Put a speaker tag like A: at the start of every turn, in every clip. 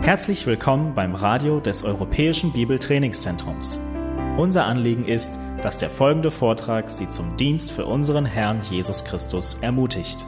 A: Herzlich willkommen beim Radio des Europäischen Bibeltrainingszentrums. Unser Anliegen ist, dass der folgende Vortrag Sie zum Dienst für unseren Herrn Jesus Christus ermutigt.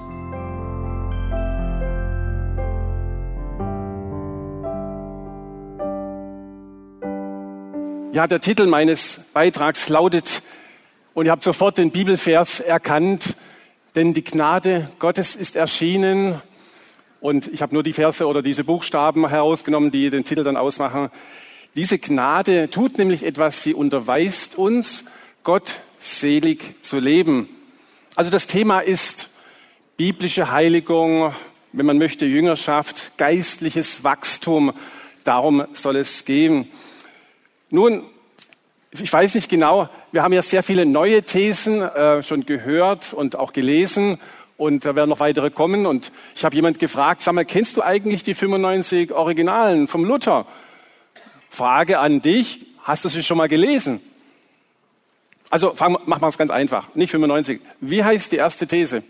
B: Ja, der Titel meines Beitrags lautet, und ihr habt sofort den Bibelvers erkannt, denn die Gnade Gottes ist erschienen. Und ich habe nur die Verse oder diese Buchstaben herausgenommen, die den Titel dann ausmachen. Diese Gnade tut nämlich etwas, sie unterweist uns, gottselig zu leben. Also das Thema ist biblische Heiligung, wenn man möchte Jüngerschaft, geistliches Wachstum, darum soll es gehen. Nun, ich weiß nicht genau, wir haben ja sehr viele neue Thesen schon gehört und auch gelesen. Und da werden noch weitere kommen. Und ich habe jemand gefragt, sag mal, kennst du eigentlich die 95 Originalen vom Luther? Frage an dich, hast du sie schon mal gelesen? Also machen wir es ganz einfach, nicht 95. Wie heißt die erste These?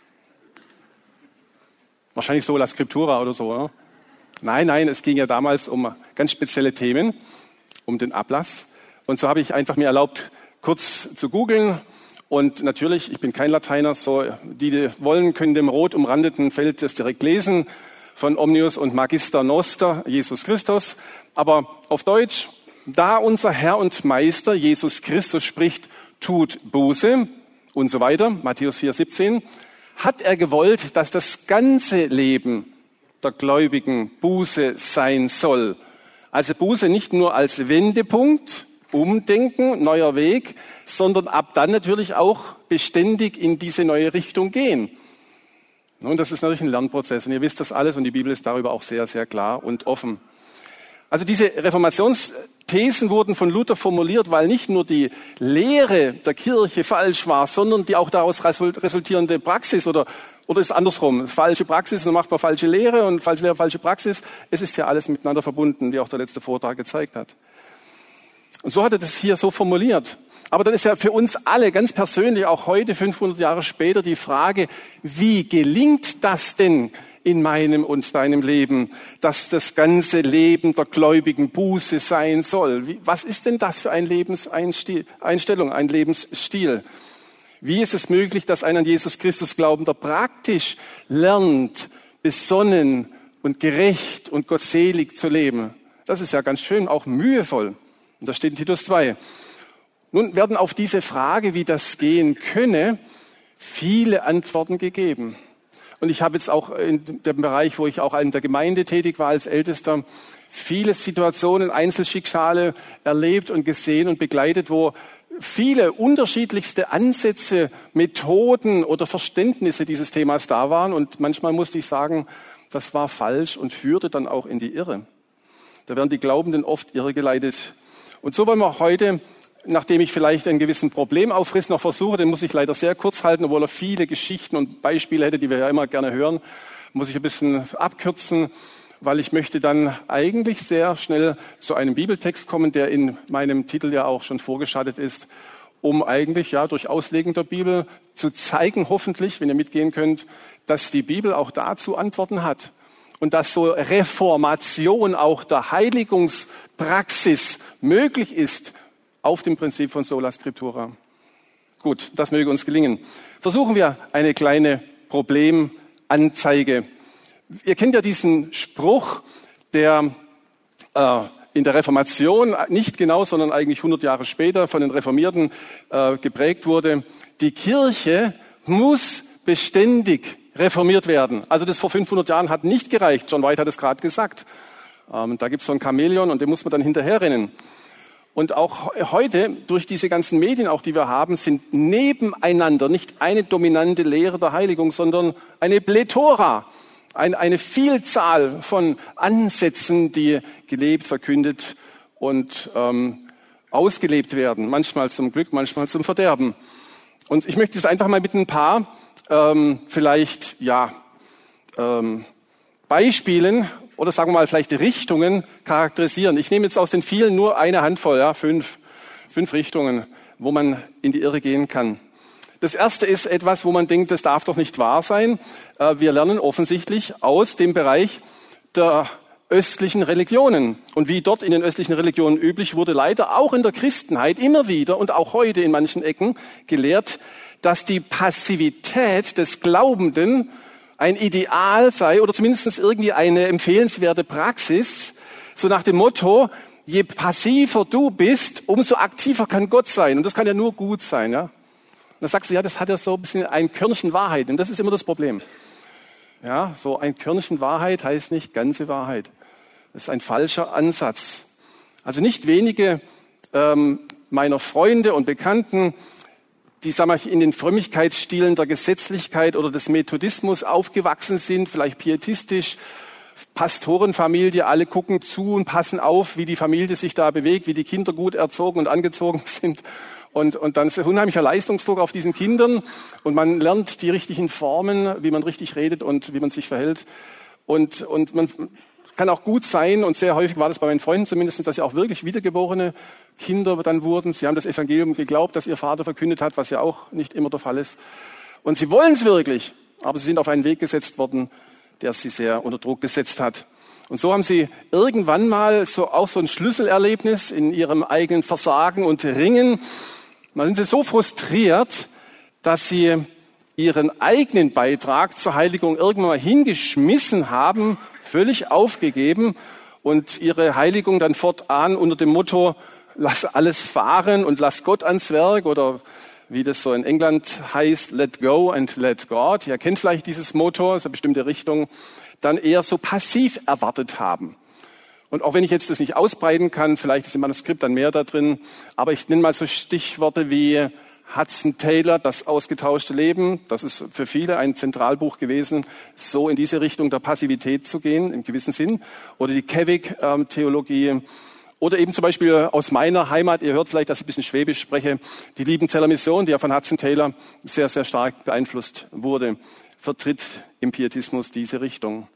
B: Wahrscheinlich Sola Scriptura oder so, oder? Nein, es ging ja damals um ganz spezielle Themen, um den Ablass. Und so habe ich einfach mir erlaubt, kurz zu googeln. Und natürlich, ich bin kein Lateiner, so die wollen, können dem rot umrandeten Feld das direkt lesen von Omnius und Magister Noster, Jesus Christus. Aber auf Deutsch, da unser Herr und Meister Jesus Christus spricht, tut Buße und so weiter, Matthäus 4,17, hat er gewollt, dass das ganze Leben der Gläubigen Buße sein soll. Also Buße nicht nur als Wendepunkt, Umdenken, neuer Weg, sondern ab dann natürlich auch beständig in diese neue Richtung gehen. Und das ist natürlich ein Lernprozess und ihr wisst das alles und die Bibel ist darüber auch sehr, sehr klar und offen. Also diese Reformationsthesen wurden von Luther formuliert, weil nicht nur die Lehre der Kirche falsch war, sondern die auch daraus resultierende Praxis oder ist andersrum, falsche Praxis, dann macht man falsche Lehre und falsche Lehre, falsche Praxis. Es ist ja alles miteinander verbunden, wie auch der letzte Vortrag gezeigt hat. Und so hat er das hier so formuliert. Aber dann ist ja für uns alle ganz persönlich, auch heute, 500 Jahre später, die Frage, wie gelingt das denn in meinem und deinem Leben, dass das ganze Leben der Gläubigen Buße sein soll? Was ist denn das für eine Lebenseinstellung, ein Lebensstil? Wie ist es möglich, dass ein an Jesus Christus Glaubender praktisch lernt, besonnen und gerecht und gottselig zu leben? Das ist ja ganz schön, auch mühevoll. Und das steht in Titus 2. Nun werden auf diese Frage, wie das gehen könne, viele Antworten gegeben. Und ich habe jetzt auch in dem Bereich, wo ich auch in der Gemeinde tätig war als Ältester, viele Situationen, Einzelschicksale erlebt und gesehen und begleitet, wo viele unterschiedlichste Ansätze, Methoden oder Verständnisse dieses Themas da waren. Und manchmal musste ich sagen, das war falsch und führte dann auch in die Irre. Da werden die Glaubenden oft irregeleitet. Und so wollen wir heute, nachdem ich vielleicht einen gewissen Problemaufriss noch versuche, den muss ich leider sehr kurz halten, obwohl er viele Geschichten und Beispiele hätte, die wir ja immer gerne hören, muss ich ein bisschen abkürzen, weil ich möchte dann eigentlich sehr schnell zu einem Bibeltext kommen, der in meinem Titel ja auch schon vorgeschaltet ist, um eigentlich ja durch Auslegen der Bibel zu zeigen, hoffentlich, wenn ihr mitgehen könnt, dass die Bibel auch dazu Antworten hat. Und dass so Reformation auch der Heiligungspraxis möglich ist auf dem Prinzip von Sola Scriptura. Gut, das möge uns gelingen. Versuchen wir eine kleine Problemanzeige. Ihr kennt ja diesen Spruch, der in der Reformation nicht genau, sondern eigentlich 100 Jahre später von den Reformierten geprägt wurde. Die Kirche muss beständig reformiert werden. Also das vor 500 Jahren hat nicht gereicht. John White hat es gerade gesagt. Da gibt es so ein Chamäleon und dem muss man dann hinterherrennen. Und auch heute, durch diese ganzen Medien, auch die wir haben, sind nebeneinander nicht eine dominante Lehre der Heiligung, sondern eine Plethora, eine Vielzahl von Ansätzen, die gelebt, verkündet und ausgelebt werden. Manchmal zum Glück, manchmal zum Verderben. Und ich möchte es einfach mal mit ein paar Beispielen oder sagen wir mal vielleicht Richtungen charakterisieren. Ich nehme jetzt aus den vielen nur eine Handvoll, fünf Richtungen, wo man in die Irre gehen kann. Das erste ist etwas, wo man denkt, das darf doch nicht wahr sein. Wir lernen offensichtlich aus dem Bereich der östlichen Religionen. Und wie dort in den östlichen Religionen üblich, wurde leider auch in der Christenheit immer wieder und auch heute in manchen Ecken gelehrt, dass die Passivität des Glaubenden ein Ideal sei oder zumindest irgendwie eine empfehlenswerte Praxis, so nach dem Motto, je passiver du bist, umso aktiver kann Gott sein. Und das kann ja nur gut sein. Ja? Und dann sagst du, ja, das hat ja so ein bisschen ein Körnchen Wahrheit. Und das ist immer das Problem. Ja, so ein Körnchen Wahrheit heißt nicht ganze Wahrheit. Das ist ein falscher Ansatz. Also nicht wenige meiner Freunde und Bekannten, die in den Frömmigkeitsstilen der Gesetzlichkeit oder des Methodismus aufgewachsen sind, vielleicht pietistisch, Pastorenfamilie, alle gucken zu und passen auf, wie die Familie sich da bewegt, wie die Kinder gut erzogen und angezogen sind. Und dann ist ein unheimlicher Leistungsdruck auf diesen Kindern und man lernt die richtigen Formen, wie man richtig redet und wie man sich verhält. Und man kann auch gut sein, und sehr häufig war das bei meinen Freunden zumindest, dass sie auch wirklich wiedergeborene Kinder dann wurden. Sie haben das Evangelium geglaubt, das ihr Vater verkündet hat, was ja auch nicht immer der Fall ist. Und sie wollen es wirklich, aber sie sind auf einen Weg gesetzt worden, der sie sehr unter Druck gesetzt hat. Und so haben sie irgendwann mal auch so ein Schlüsselerlebnis in ihrem eigenen Versagen und Ringen. Dann sind sie so frustriert, dass sie ihren eigenen Beitrag zur Heiligung irgendwann mal hingeschmissen haben, völlig aufgegeben und ihre Heiligung dann fortan unter dem Motto, lass alles fahren und lass Gott ans Werk, oder wie das so in England heißt, let go and let God. Ihr kennt vielleicht dieses Motto, das ist eine bestimmte Richtung, dann eher so passiv erwartet haben. Und auch wenn ich jetzt das nicht ausbreiten kann, vielleicht ist im Manuskript dann mehr da drin, aber ich nenne mal so Stichworte wie Hudson Taylor, das ausgetauschte Leben. Das ist für viele ein Zentralbuch gewesen, so in diese Richtung der Passivität zu gehen, im gewissen Sinn. Oder die Kevik-Theologie. Oder eben zum Beispiel aus meiner Heimat, ihr hört vielleicht, dass ich ein bisschen Schwäbisch spreche, die Liebenzeller Mission, die ja von Hudson Taylor sehr, sehr stark beeinflusst wurde, vertritt im Pietismus diese Richtung.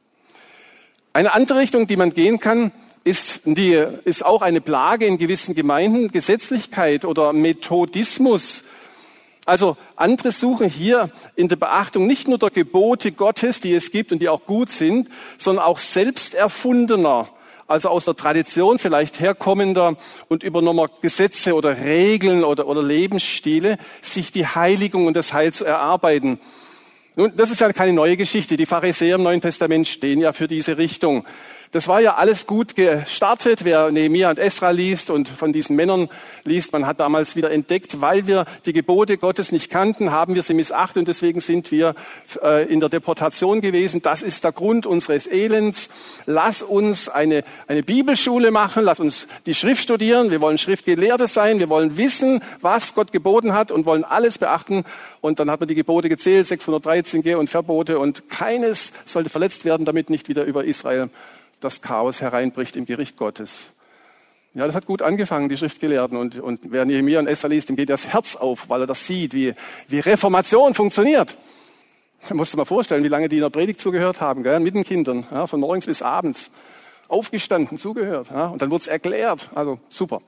B: Eine andere Richtung, die man gehen kann, ist auch eine Plage in gewissen Gemeinden, Gesetzlichkeit oder Methodismus. Also andere suchen hier in der Beachtung nicht nur der Gebote Gottes, die es gibt und die auch gut sind, sondern auch selbst erfundener, also aus der Tradition vielleicht herkommender und übernommener Gesetze oder Regeln oder Lebensstile, sich die Heiligung und das Heil zu erarbeiten. Nun, das ist ja keine neue Geschichte. Die Pharisäer im Neuen Testament stehen ja für diese Richtung. Das war ja alles gut gestartet, wer Nehemia und Esra liest und von diesen Männern liest. Man hat damals wieder entdeckt, weil wir die Gebote Gottes nicht kannten, haben wir sie missachtet und deswegen sind wir in der Deportation gewesen. Das ist der Grund unseres Elends. Lass uns eine Bibelschule machen, lass uns die Schrift studieren. Wir wollen Schriftgelehrte sein, wir wollen wissen, was Gott geboten hat und wollen alles beachten. Und dann hat man die Gebote gezählt, 613 Geh- und Verbote, und keines sollte verletzt werden, damit nicht wieder über Israel das Chaos hereinbricht im Gericht Gottes. Ja, das hat gut angefangen, die Schriftgelehrten. Und wer Nehemia und Esra liest, dem geht das Herz auf, weil er das sieht, wie Reformation funktioniert. Da musst du mal vorstellen, wie lange die in der Predigt zugehört haben, gell? Mit den Kindern, ja, von morgens bis abends. Aufgestanden, zugehört. Ja? Und dann wurde es erklärt. Also super.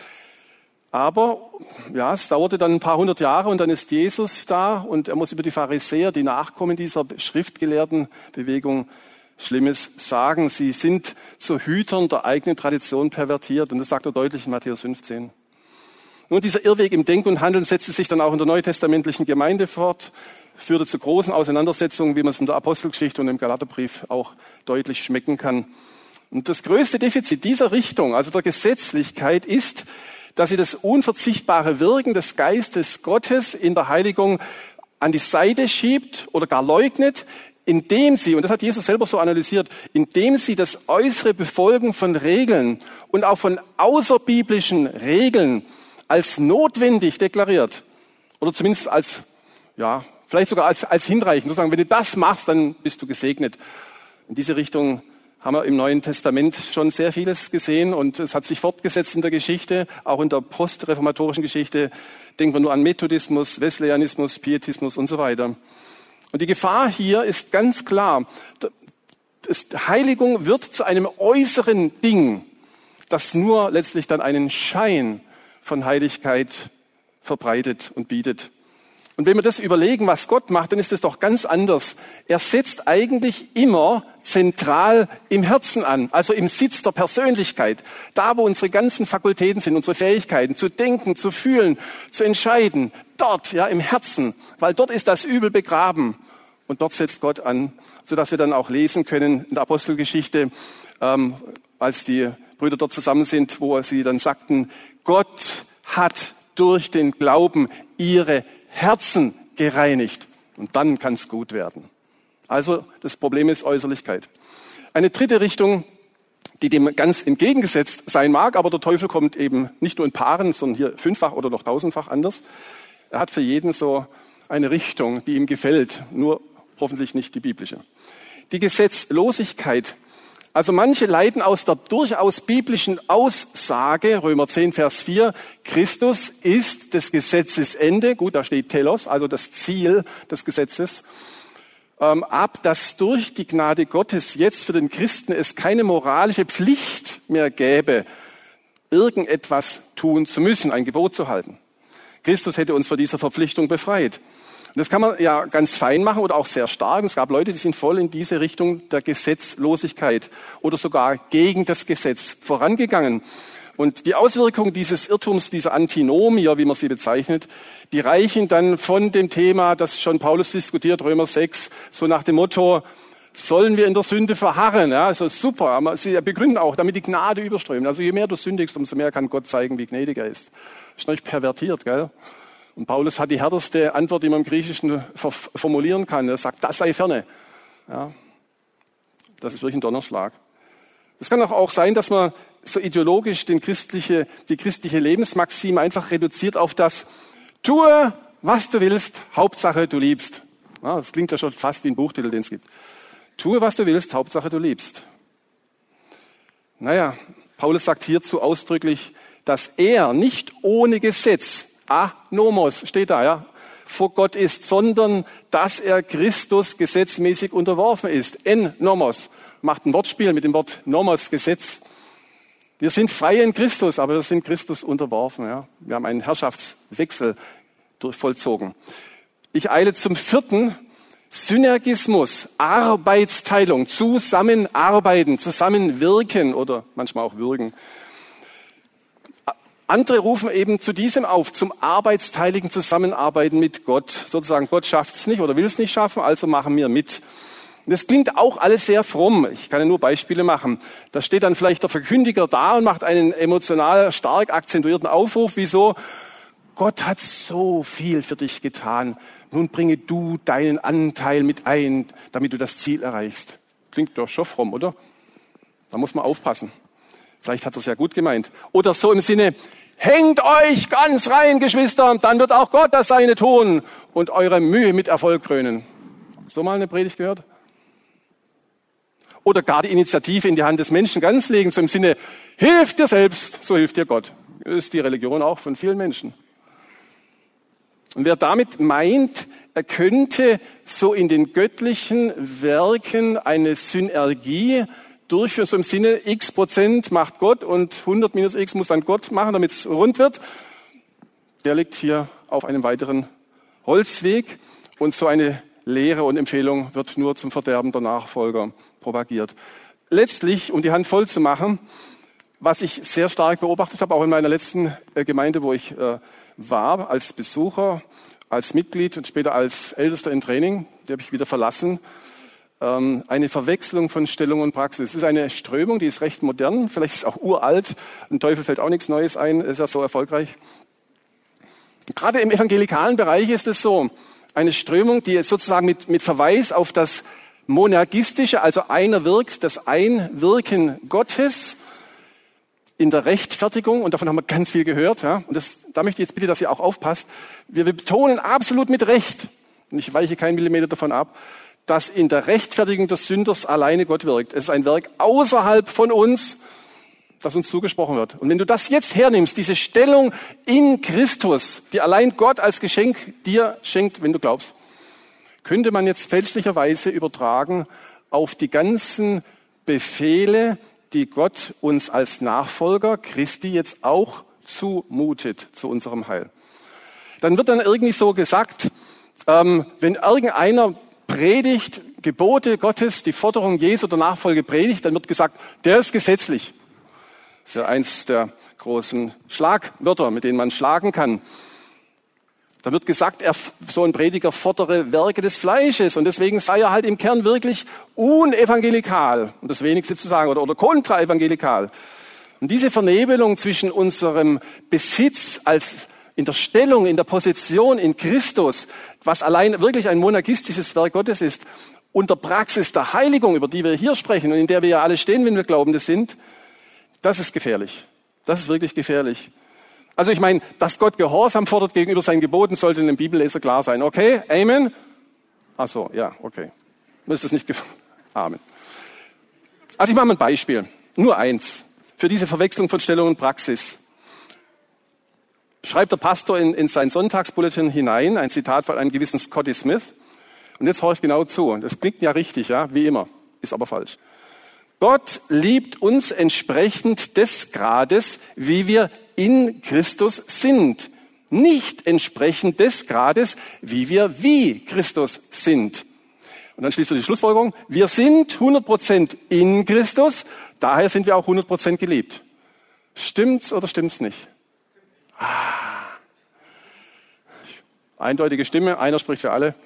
B: Aber ja, es dauerte dann ein paar hundert Jahre und dann ist Jesus da und er muss über die Pharisäer, die Nachkommen dieser Schriftgelehrtenbewegung, Schlimmes sagen. Sie sind zu Hütern der eigenen Tradition pervertiert. Und das sagt er deutlich in Matthäus 15. Nun, dieser Irrweg im Denken und Handeln setzte sich dann auch in der neutestamentlichen Gemeinde fort, führte zu großen Auseinandersetzungen, wie man es in der Apostelgeschichte und im Galaterbrief auch deutlich schmecken kann. Und das größte Defizit dieser Richtung, also der Gesetzlichkeit, ist, dass sie das unverzichtbare Wirken des Geistes Gottes in der Heiligung an die Seite schiebt oder gar leugnet, indem sie, und das hat Jesus selber so analysiert, indem sie das äußere Befolgen von Regeln und auch von außerbiblischen Regeln als notwendig deklariert. Oder zumindest als, ja, vielleicht sogar als hinreichend. Sozusagen, wenn du das machst, dann bist du gesegnet. In diese Richtung haben wir im Neuen Testament schon sehr vieles gesehen und es hat sich fortgesetzt in der Geschichte, auch in der postreformatorischen Geschichte. Denken wir nur an Methodismus, Wesleyanismus, Pietismus und so weiter. Und die Gefahr hier ist ganz klar. Heiligung wird zu einem äußeren Ding, das nur letztlich dann einen Schein von Heiligkeit verbreitet und bietet. Und wenn wir das überlegen, was Gott macht, dann ist es doch ganz anders. Er setzt eigentlich immer zentral im Herzen an, also im Sitz der Persönlichkeit. Da, wo unsere ganzen Fakultäten sind, unsere Fähigkeiten zu denken, zu fühlen, zu entscheiden. Dort, ja, im Herzen, weil dort ist das Übel begraben. Und dort setzt Gott an, sodass wir dann auch lesen können in der Apostelgeschichte, als die Brüder dort zusammen sind, wo sie dann sagten, Gott hat durch den Glauben ihre Herzen gereinigt. Und dann kann es gut werden. Also das Problem ist Äußerlichkeit. Eine dritte Richtung, die dem ganz entgegengesetzt sein mag, aber der Teufel kommt eben nicht nur in Paaren, sondern hier 5-fach oder noch 1000-fach anders. Er hat für jeden so eine Richtung, die ihm gefällt, nur hoffentlich nicht die biblische. Die Gesetzlosigkeit. Also manche leiten aus der durchaus biblischen Aussage, Römer 10, Vers 4, Christus ist des Gesetzes Ende, gut, da steht Telos, also das Ziel des Gesetzes, ab, dass durch die Gnade Gottes jetzt für den Christen es keine moralische Pflicht mehr gäbe, irgendetwas tun zu müssen, ein Gebot zu halten. Christus hätte uns von dieser Verpflichtung befreit. Und das kann man ja ganz fein machen oder auch sehr stark. Es gab Leute, die sind voll in diese Richtung der Gesetzlosigkeit oder sogar gegen das Gesetz vorangegangen. Und die Auswirkungen dieses Irrtums, dieser Antinomie, wie man sie bezeichnet, die reichen dann von dem Thema, das schon Paulus diskutiert, Römer 6, so nach dem Motto, sollen wir in der Sünde verharren? Ja, also super. Aber sie begründen auch, damit die Gnade überströmt. Also je mehr du sündigst, umso mehr kann Gott zeigen, wie gnädig er ist. Das ist nicht pervertiert, gell? Und Paulus hat die härteste Antwort, die man im Griechischen formulieren kann. Er sagt, das sei ferne. Ja, das ist wirklich ein Donnerschlag. Es kann auch sein, dass man so ideologisch die christliche Lebensmaxime einfach reduziert auf das, tue, was du willst, Hauptsache du liebst. Ja, das klingt ja schon fast wie ein Buchtitel, den es gibt. Tue, was du willst, Hauptsache du liebst. Naja, Paulus sagt hierzu ausdrücklich, dass er nicht ohne Gesetz, anomos, steht da, ja, vor Gott ist, sondern dass er Christus gesetzmäßig unterworfen ist. Nomos, macht ein Wortspiel mit dem Wort Nomos, Gesetz. Wir sind frei in Christus, aber wir sind Christus unterworfen. Ja. Wir haben einen Herrschaftswechsel vollzogen. Ich eile zum 4. Synergismus, Arbeitsteilung, zusammenarbeiten, zusammenwirken oder manchmal auch würgen. Andere rufen eben zu diesem auf, zum arbeitsteiligen Zusammenarbeiten mit Gott. Sozusagen, Gott schafft es nicht oder will es nicht schaffen, also machen wir mit. Und das klingt auch alles sehr fromm. Ich kann ja nur Beispiele machen. Da steht dann vielleicht der Verkündiger da und macht einen emotional stark akzentuierten Aufruf. Wieso? Gott hat so viel für dich getan. Nun bringe du deinen Anteil mit ein, damit du das Ziel erreichst. Klingt doch schon fromm, oder? Da muss man aufpassen. Vielleicht hat er es ja gut gemeint. Oder so im Sinne, hängt euch ganz rein, Geschwister, dann wird auch Gott das Seine tun und eure Mühe mit Erfolg krönen. So mal eine Predigt gehört? Oder gar die Initiative in die Hand des Menschen ganz legen, so im Sinne, hilf dir selbst, so hilft dir Gott. Das ist die Religion auch von vielen Menschen. Und wer damit meint, er könnte so in den göttlichen Werken eine Synergie durchführen, so im Sinne, x% macht Gott und 100 minus x muss dann Gott machen, damit es rund wird, der liegt hier auf einem weiteren Holzweg. Und so eine Lehre und Empfehlung wird nur zum Verderben der Nachfolger propagiert. Letztlich, um die Hand voll zu machen, was ich sehr stark beobachtet habe, auch in meiner letzten Gemeinde, wo ich war, als Besucher, als Mitglied und später als Ältester in Training, die habe ich wieder verlassen, eine Verwechslung von Stellung und Praxis. Es ist eine Strömung, die ist recht modern, vielleicht ist es auch uralt, dem Teufel fällt auch nichts Neues ein, ist ja so erfolgreich. Gerade im evangelikalen Bereich ist es so, eine Strömung, die sozusagen mit Verweis auf das Monergistische, also einer wirkt, das Einwirken Gottes in der Rechtfertigung, und davon haben wir ganz viel gehört, ja, und da möchte ich jetzt bitte, dass ihr auch aufpasst, wir betonen absolut mit Recht, und ich weiche keinen Millimeter davon ab, dass in der Rechtfertigung des Sünders alleine Gott wirkt. Es ist ein Werk außerhalb von uns, das uns zugesprochen wird. Und wenn du das jetzt hernimmst, diese Stellung in Christus, die allein Gott als Geschenk dir schenkt, wenn du glaubst, könnte man jetzt fälschlicherweise übertragen auf die ganzen Befehle, die Gott uns als Nachfolger Christi jetzt auch zumutet zu unserem Heil. Dann wird dann irgendwie so gesagt, wenn irgendeiner predigt, Gebote Gottes, die Forderung Jesu der Nachfolge predigt, dann wird gesagt, der ist gesetzlich. Das ist ja eins der großen Schlagwörter, mit denen man schlagen kann. Da wird gesagt, so ein Prediger fordere Werke des Fleisches und deswegen sei er halt im Kern wirklich unevangelikal, um das Wenigste zu sagen, oder kontraevangelikal. Und diese Vernebelung zwischen unserem Besitz als in der Stellung, in der Position in Christus, was allein wirklich ein monarchistisches Werk Gottes ist, und der Praxis der Heiligung, über die wir hier sprechen und in der wir ja alle stehen, wenn wir Glaubende sind, das ist gefährlich. Das ist wirklich gefährlich. Also ich meine, dass Gott Gehorsam fordert gegenüber seinen Geboten, sollte einem Bibelleser klar sein. Okay, Amen? Ach so, ja, okay. Ist das nicht Amen. Also ich mache mal ein Beispiel. Nur eins. Für diese Verwechslung von Stellung und Praxis. Schreibt der Pastor in sein Sonntagsbulletin hinein, ein Zitat von einem gewissen Scotty Smith. Und jetzt horcht genau zu. Das klingt ja richtig, ja, wie immer. Ist aber falsch. Gott liebt uns entsprechend des Grades, wie wir in Christus sind. Nicht entsprechend des Grades, wie Christus sind. Und dann schließt er die Schlussfolgerung, wir sind 100% in Christus, daher sind wir auch 100% geliebt. Stimmt's oder stimmt's nicht? Eindeutige Stimme, einer spricht für alle.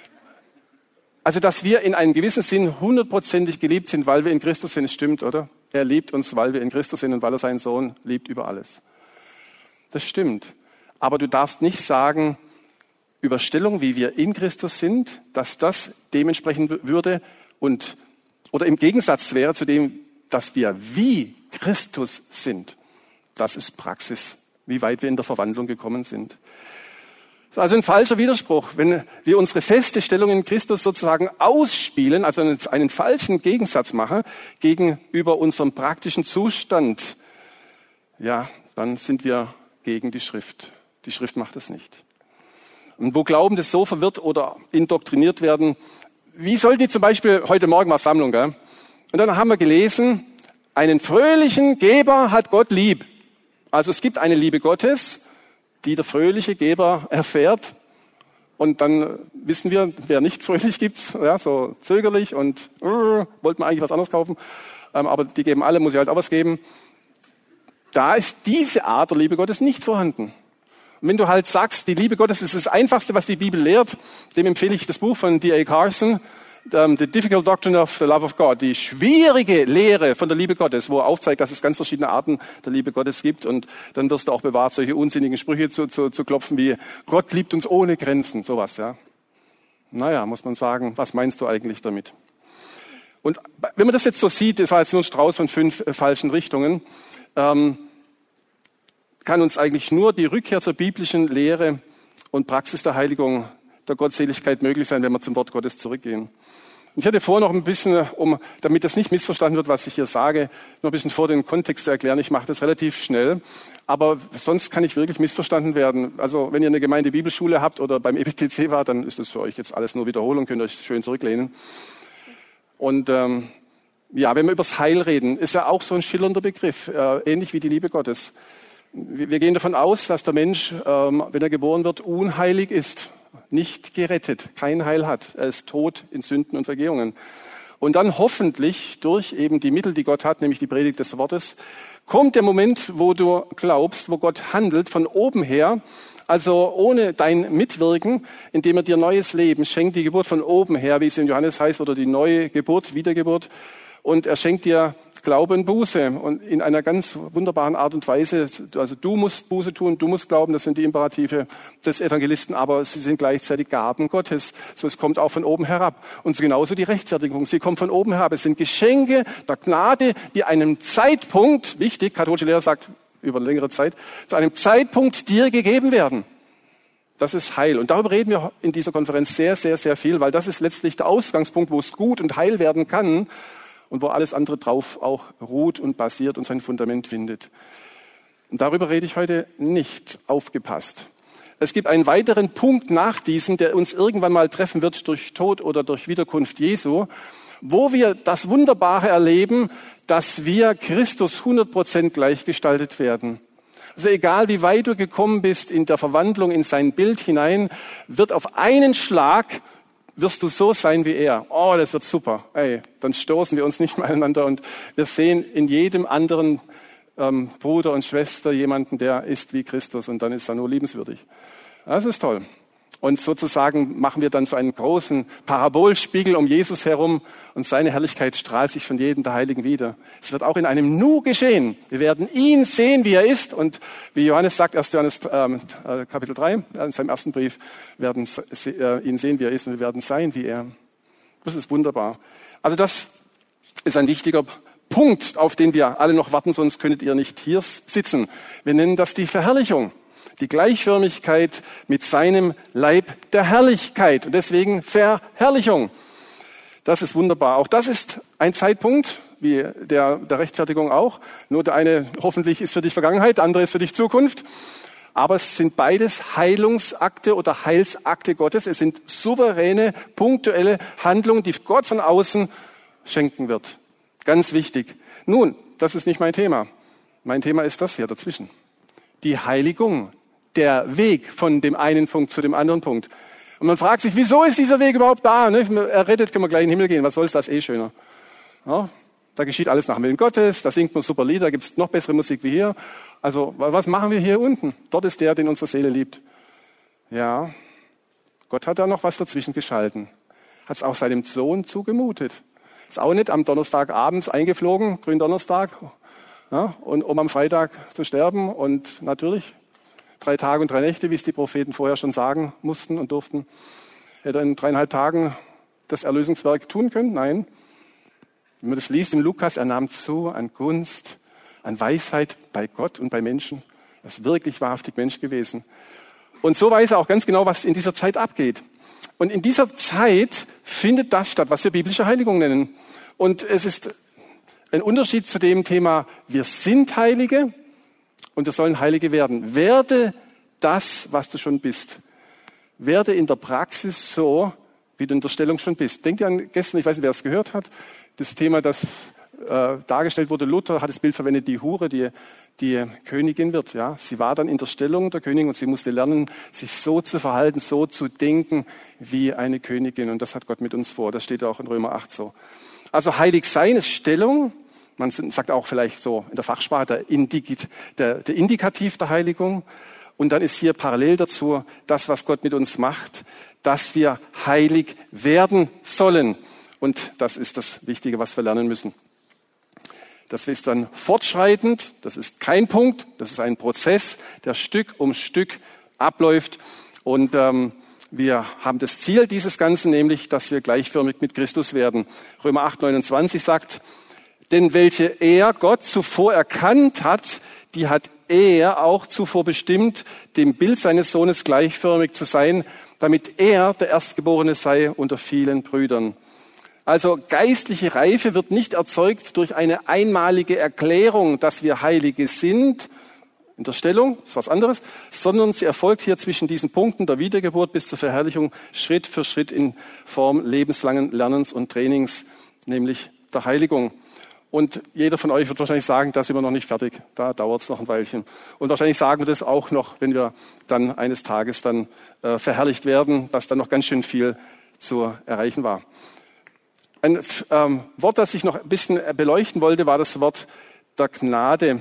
B: Also, dass wir in einem gewissen Sinn 100%ig geliebt sind, weil wir in Christus sind, stimmt, oder? Er liebt uns, weil wir in Christus sind und weil er seinen Sohn liebt über alles. Das stimmt. Aber du darfst nicht sagen, über Stellung, wie wir in Christus sind, dass das dementsprechend würde oder im Gegensatz wäre zu dem, dass wir wie Christus sind. Das ist Praxis, wie weit wir in der Verwandlung gekommen sind. Also ein falscher Widerspruch, wenn wir unsere feste Stellung in Christus sozusagen ausspielen, also einen falschen Gegensatz machen gegenüber unserem praktischen Zustand, ja, dann sind wir gegen die Schrift. Die Schrift macht das nicht. Und wo Glaubende so verwirrt oder indoktriniert werden, wie soll die zum Beispiel, heute Morgen war Sammlung, gell? Und dann haben wir gelesen, einen fröhlichen Geber hat Gott lieb. Also es gibt eine Liebe Gottes, die der fröhliche Geber erfährt. Und dann wissen wir, wer nicht fröhlich gibt, ja, so zögerlich und wollte man eigentlich was anderes kaufen, aber die geben alle, muss ich halt auch was geben. Da ist diese Art der Liebe Gottes nicht vorhanden. Und wenn du halt sagst, die Liebe Gottes ist das Einfachste, was die Bibel lehrt, dem empfehle ich das Buch von D.A. Carson, The Difficult Doctrine of the Love of God, die schwierige Lehre von der Liebe Gottes, wo er aufzeigt, dass es ganz verschiedene Arten der Liebe Gottes gibt. Und dann wirst du auch bewahrt, solche unsinnigen Sprüche zu klopfen wie, Gott liebt uns ohne Grenzen, sowas, ja. Naja, muss man sagen, was meinst du eigentlich damit? Und wenn man das jetzt so sieht, das war jetzt nur ein Strauß von 5 falschen Richtungen, kann uns eigentlich nur die Rückkehr zur biblischen Lehre und Praxis der Heiligung, der Gottseligkeit möglich sein, wenn wir zum Wort Gottes zurückgehen. Ich hatte vor, noch ein bisschen, damit das nicht missverstanden wird, was ich hier sage, noch ein bisschen vor den Kontext zu erklären. Ich mache das relativ schnell, aber sonst kann ich wirklich missverstanden werden. Also wenn ihr eine Gemeinde Bibelschule habt oder beim EBTC wart, dann ist das für euch jetzt alles nur Wiederholung, könnt ihr euch schön zurücklehnen. Und ja, wenn wir über das Heil reden, ist ja auch so ein schillernder Begriff, ähnlich wie die Liebe Gottes. Wir gehen davon aus, dass der Mensch, wenn er geboren wird, unheilig ist, nicht gerettet, kein Heil hat. Er ist tot in Sünden und Vergehungen. Und dann hoffentlich durch eben die Mittel, die Gott hat, nämlich die Predigt des Wortes, kommt der Moment, wo du glaubst, wo Gott handelt von oben her, also ohne dein Mitwirken, indem er dir neues Leben schenkt, die Geburt von oben her, wie es in Johannes heißt, oder die neue Geburt, Wiedergeburt. Und er schenkt dir Glaube und Buße und in einer ganz wunderbaren Art und Weise. Also du musst Buße tun, du musst glauben, das sind die Imperative des Evangelisten, aber sie sind gleichzeitig Gaben Gottes. So, es kommt auch von oben herab. Und genauso die Rechtfertigung, sie kommt von oben herab. Es sind Geschenke der Gnade, die einem Zeitpunkt, wichtig, katholische Lehre sagt über längere Zeit, zu einem Zeitpunkt dir gegeben werden. Das ist Heil. Und darüber reden wir in dieser Konferenz sehr, sehr, sehr viel, weil das ist letztlich der Ausgangspunkt, wo es gut und heil werden kann. Und wo alles andere drauf auch ruht und basiert und sein Fundament findet. Und darüber rede ich heute nicht. Aufgepasst. Es gibt einen weiteren Punkt nach diesem, der uns irgendwann mal treffen wird durch Tod oder durch Wiederkunft Jesu, wo wir das Wunderbare erleben, dass wir Christus 100% gleichgestaltet werden. Also egal, wie weit du gekommen bist in der Verwandlung in sein Bild hinein, wird auf einen Schlag wirst du so sein wie er. Oh, das wird super. Ey, dann stoßen wir uns nicht mehr aneinander und wir sehen in jedem anderen Bruder und Schwester jemanden, der ist wie Christus und dann ist er nur liebenswürdig. Das ist toll. Und sozusagen machen wir dann so einen großen Parabolspiegel um Jesus herum und seine Herrlichkeit strahlt sich von jedem der Heiligen wieder. Es wird auch in einem Nu geschehen. Wir werden ihn sehen, wie er ist. Und wie Johannes sagt, 1. Johannes Kapitel 3, in seinem ersten Brief, werden ihn sehen, wie er ist und wir werden sein, wie er. Das ist wunderbar. Also das ist ein wichtiger Punkt, auf den wir alle noch warten, sonst könntet ihr nicht hier sitzen. Wir nennen das die Verherrlichung. Die Gleichförmigkeit mit seinem Leib der Herrlichkeit. Und deswegen Verherrlichung. Das ist wunderbar. Auch das ist ein Zeitpunkt, wie der Rechtfertigung auch. Nur der eine hoffentlich ist für dich Vergangenheit, der andere ist für dich Zukunft. Aber es sind beides Heilungsakte oder Heilsakte Gottes. Es sind souveräne, punktuelle Handlungen, die Gott von außen schenken wird. Ganz wichtig. Nun, das ist nicht mein Thema. Mein Thema ist das hier dazwischen. Die Heiligung. Der Weg von dem einen Punkt zu dem anderen Punkt. Und man fragt sich, wieso ist dieser Weg überhaupt da? Errettet können wir gleich in den Himmel gehen. Was soll das? Schöner. Ja, da geschieht alles nach dem Willen Gottes. Da singt man super Lieder. Da gibt es noch bessere Musik wie hier. Also, was machen wir hier unten? Dort ist der, den unsere Seele liebt. Ja, Gott hat da noch was dazwischen geschalten. Hat es auch seinem Sohn zugemutet. Ist auch nicht am Donnerstagabends eingeflogen, Gründonnerstag, ja, und um am Freitag zu sterben. Und natürlich 3 Tage und 3 Nächte, wie es die Propheten vorher schon sagen mussten und durften. Hätte er in 3,5 Tagen das Erlösungswerk tun können? Nein. Wenn man das liest im Lukas, er nahm zu an Gunst, an Weisheit bei Gott und bei Menschen. Er ist wirklich wahrhaftig Mensch gewesen. Und so weiß er auch ganz genau, was in dieser Zeit abgeht. Und in dieser Zeit findet das statt, was wir biblische Heiligung nennen. Und es ist ein Unterschied zu dem Thema, wir sind Heilige, und wir sollen Heilige werden. Werde das, was du schon bist. Werde in der Praxis so, wie du in der Stellung schon bist. Denkt ihr an gestern, ich weiß nicht, wer es gehört hat, das Thema, das dargestellt wurde. Luther hat das Bild verwendet, die Hure, die Königin wird. Ja, sie war dann in der Stellung der Königin und sie musste lernen, sich so zu verhalten, so zu denken wie eine Königin. Und das hat Gott mit uns vor. Das steht auch in Römer 8 so. Also heilig sein ist Stellung. Man sagt auch vielleicht so in der Fachsprache der Indikativ der Heiligung. Und dann ist hier parallel dazu das, was Gott mit uns macht, dass wir heilig werden sollen. Und das ist das Wichtige, was wir lernen müssen. Das ist dann fortschreitend, das ist kein Punkt, das ist ein Prozess, der Stück um Stück abläuft. Und wir haben das Ziel dieses Ganzen, nämlich, dass wir gleichförmig mit Christus werden. Römer 8, 29 sagt, denn welche er, Gott, zuvor erkannt hat, die hat er auch zuvor bestimmt, dem Bild seines Sohnes gleichförmig zu sein, damit er der Erstgeborene sei unter vielen Brüdern. Also geistliche Reife wird nicht erzeugt durch eine einmalige Erklärung, dass wir Heilige sind, in der Stellung, das ist was anderes, sondern sie erfolgt hier zwischen diesen Punkten der Wiedergeburt bis zur Verherrlichung Schritt für Schritt in Form lebenslangen Lernens und Trainings, nämlich der Heiligung. Und jeder von euch wird wahrscheinlich sagen, da sind wir noch nicht fertig, da dauert es noch ein Weilchen. Und wahrscheinlich sagen wir das auch noch, wenn wir dann eines Tages dann verherrlicht werden, dass dann noch ganz schön viel zu erreichen war. Ein Wort, das ich noch ein bisschen beleuchten wollte, war das Wort der Gnade.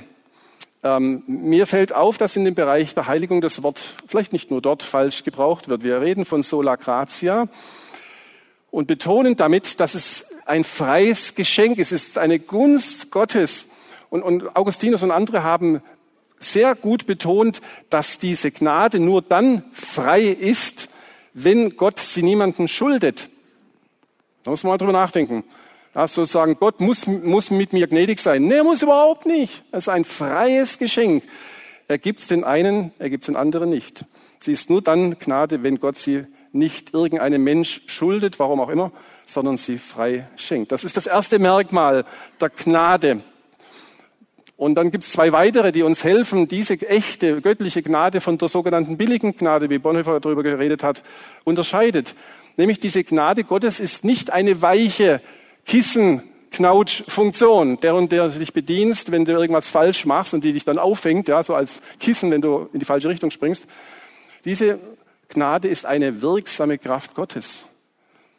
B: Mir fällt auf, dass in dem Bereich der Heiligung das Wort vielleicht nicht nur dort falsch gebraucht wird. Wir reden von sola gratia und betonen damit, dass es ein freies Geschenk ist. Es ist eine Gunst Gottes. Und Augustinus und andere haben sehr gut betont, dass diese Gnade nur dann frei ist, wenn Gott sie niemandem schuldet. Da muss man mal drüber nachdenken. Ja, sozusagen, Gott muss mit mir gnädig sein. Nee, er muss überhaupt nicht. Es ist ein freies Geschenk. Er gibt es den einen, er gibt es den anderen nicht. Sie ist nur dann Gnade, wenn Gott sie nicht irgendeinem Mensch schuldet, warum auch immer, sondern sie frei schenkt. Das ist das erste Merkmal der Gnade. Und dann gibt es 2 weitere, die uns helfen, diese echte göttliche Gnade von der sogenannten billigen Gnade, wie Bonhoeffer darüber geredet hat, unterscheidet. Nämlich diese Gnade Gottes ist nicht eine weiche Kissen-Knautsch-Funktion, der du dich bedienst, wenn du irgendwas falsch machst und die dich dann auffängt, ja, so als Kissen, wenn du in die falsche Richtung springst. Diese Gnade ist eine wirksame Kraft Gottes.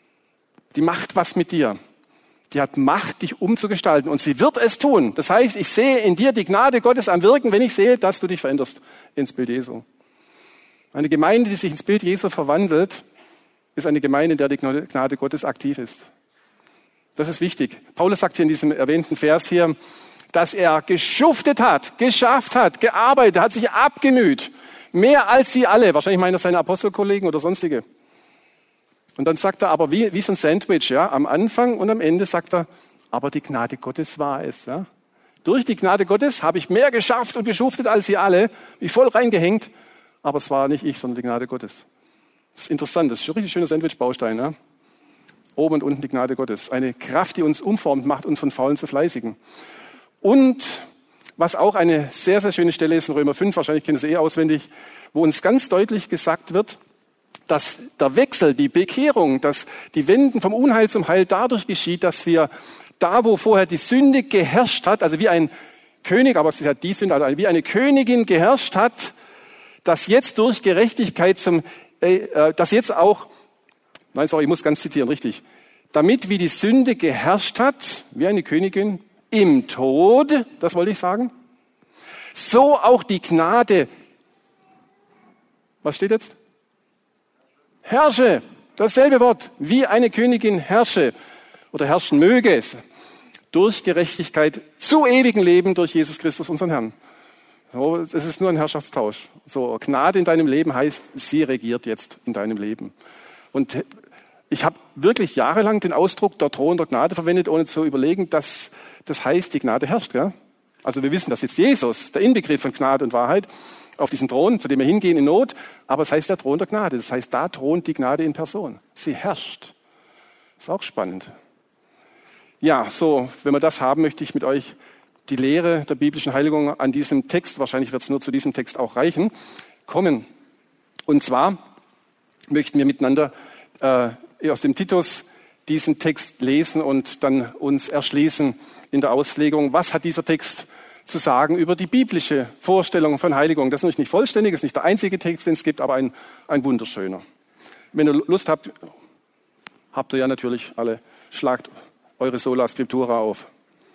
B: Die macht was mit dir. Die hat Macht, dich umzugestalten. Und sie wird es tun. Das heißt, ich sehe in dir die Gnade Gottes am Wirken, wenn ich sehe, dass du dich veränderst ins Bild Jesu. Eine Gemeinde, die sich ins Bild Jesu verwandelt, ist eine Gemeinde, in der die Gnade Gottes aktiv ist. Das ist wichtig. Paulus sagt hier in diesem erwähnten Vers hier, dass er geschuftet hat, geschafft hat, gearbeitet, hat sich abgemüht. Mehr als sie alle. Wahrscheinlich meint er seine Apostelkollegen oder sonstige. Und dann sagt er aber wie so ein Sandwich, ja, am Anfang und am Ende sagt er, aber die Gnade Gottes war es. Ja. Durch die Gnade Gottes habe ich mehr geschafft und geschuftet als sie alle, mich voll reingehängt, aber es war nicht ich, sondern die Gnade Gottes. Das ist interessant, das ist ein richtig schöner Sandwich-Baustein. Ja. Oben und unten die Gnade Gottes. Eine Kraft, die uns umformt, macht uns von Faulen zu Fleißigen. Und was auch eine sehr, sehr schöne Stelle ist in Römer 5, wahrscheinlich kennen Sie es auswendig, wo uns ganz deutlich gesagt wird, dass der Wechsel, die Bekehrung, dass die Wenden vom Unheil zum Heil dadurch geschieht, dass wir da, wo vorher die Sünde geherrscht hat, also wie ein König, aber es ist ja die Sünde, also wie eine Königin geherrscht hat, dass jetzt durch Gerechtigkeit dass jetzt auch, ich muss ganz zitieren, richtig, damit wie die Sünde geherrscht hat, wie eine Königin im Tod, das wollte ich sagen, so auch die Gnade, was steht jetzt? Herrsche, dasselbe Wort, wie eine Königin herrsche oder herrschen möge es, durch Gerechtigkeit zu ewigem Leben durch Jesus Christus, unseren Herrn. So, es ist nur ein Herrschaftstausch. So, Gnade in deinem Leben heißt, sie regiert jetzt in deinem Leben. Und ich habe wirklich jahrelang den Ausdruck der Thron der Gnade verwendet, ohne zu überlegen, dass das heißt, die Gnade herrscht. Gell? Also wir wissen, dass jetzt Jesus, der Inbegriff von Gnade und Wahrheit, auf diesen Thron, zu dem wir hingehen in Not, aber es heißt der Thron der Gnade. Das heißt, da thront die Gnade in Person. Sie herrscht. Ist auch spannend. Ja, so, wenn wir das haben, möchte ich mit euch die Lehre der biblischen Heiligung an diesem Text, wahrscheinlich wird es nur zu diesem Text auch reichen, kommen. Und zwar möchten wir miteinander aus dem Titus diesen Text lesen und dann uns erschließen in der Auslegung, was hat dieser Text zu sagen über die biblische Vorstellung von Heiligung. Das ist nicht vollständig, das ist nicht der einzige Text, den es gibt, aber ein wunderschöner. Wenn ihr Lust habt, habt ihr ja natürlich alle, schlagt eure Sola Scriptura auf.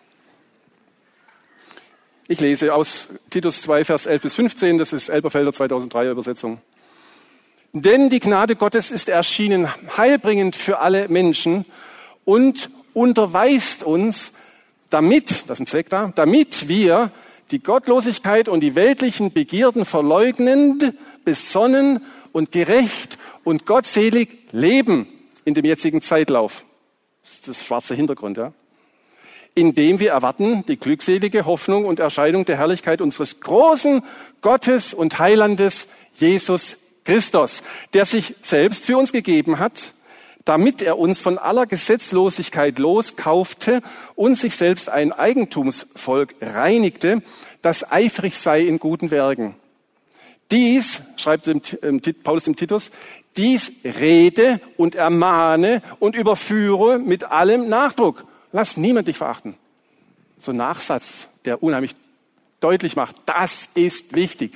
B: Ich lese aus Titus 2, Vers 11 bis 15, das ist Elberfelder 2003er Übersetzung. Denn die Gnade Gottes ist erschienen, heilbringend für alle Menschen und unterweist uns, damit, das ist ein Zweck da, damit wir die Gottlosigkeit und die weltlichen Begierden verleugnend, besonnen und gerecht und gottselig leben in dem jetzigen Zeitlauf. Das ist das schwarze Hintergrund, ja. Indem wir erwarten die glückselige Hoffnung und Erscheinung der Herrlichkeit unseres großen Gottes und Heilandes Jesus Christus, der sich selbst für uns gegeben hat, damit er uns von aller Gesetzlosigkeit loskaufte und sich selbst ein Eigentumsvolk reinigte, das eifrig sei in guten Werken. Dies, schreibt Paulus im Titus, dies rede und ermahne und überführe mit allem Nachdruck. Lass niemand dich verachten. So ein Nachsatz, der unheimlich deutlich macht, das ist wichtig.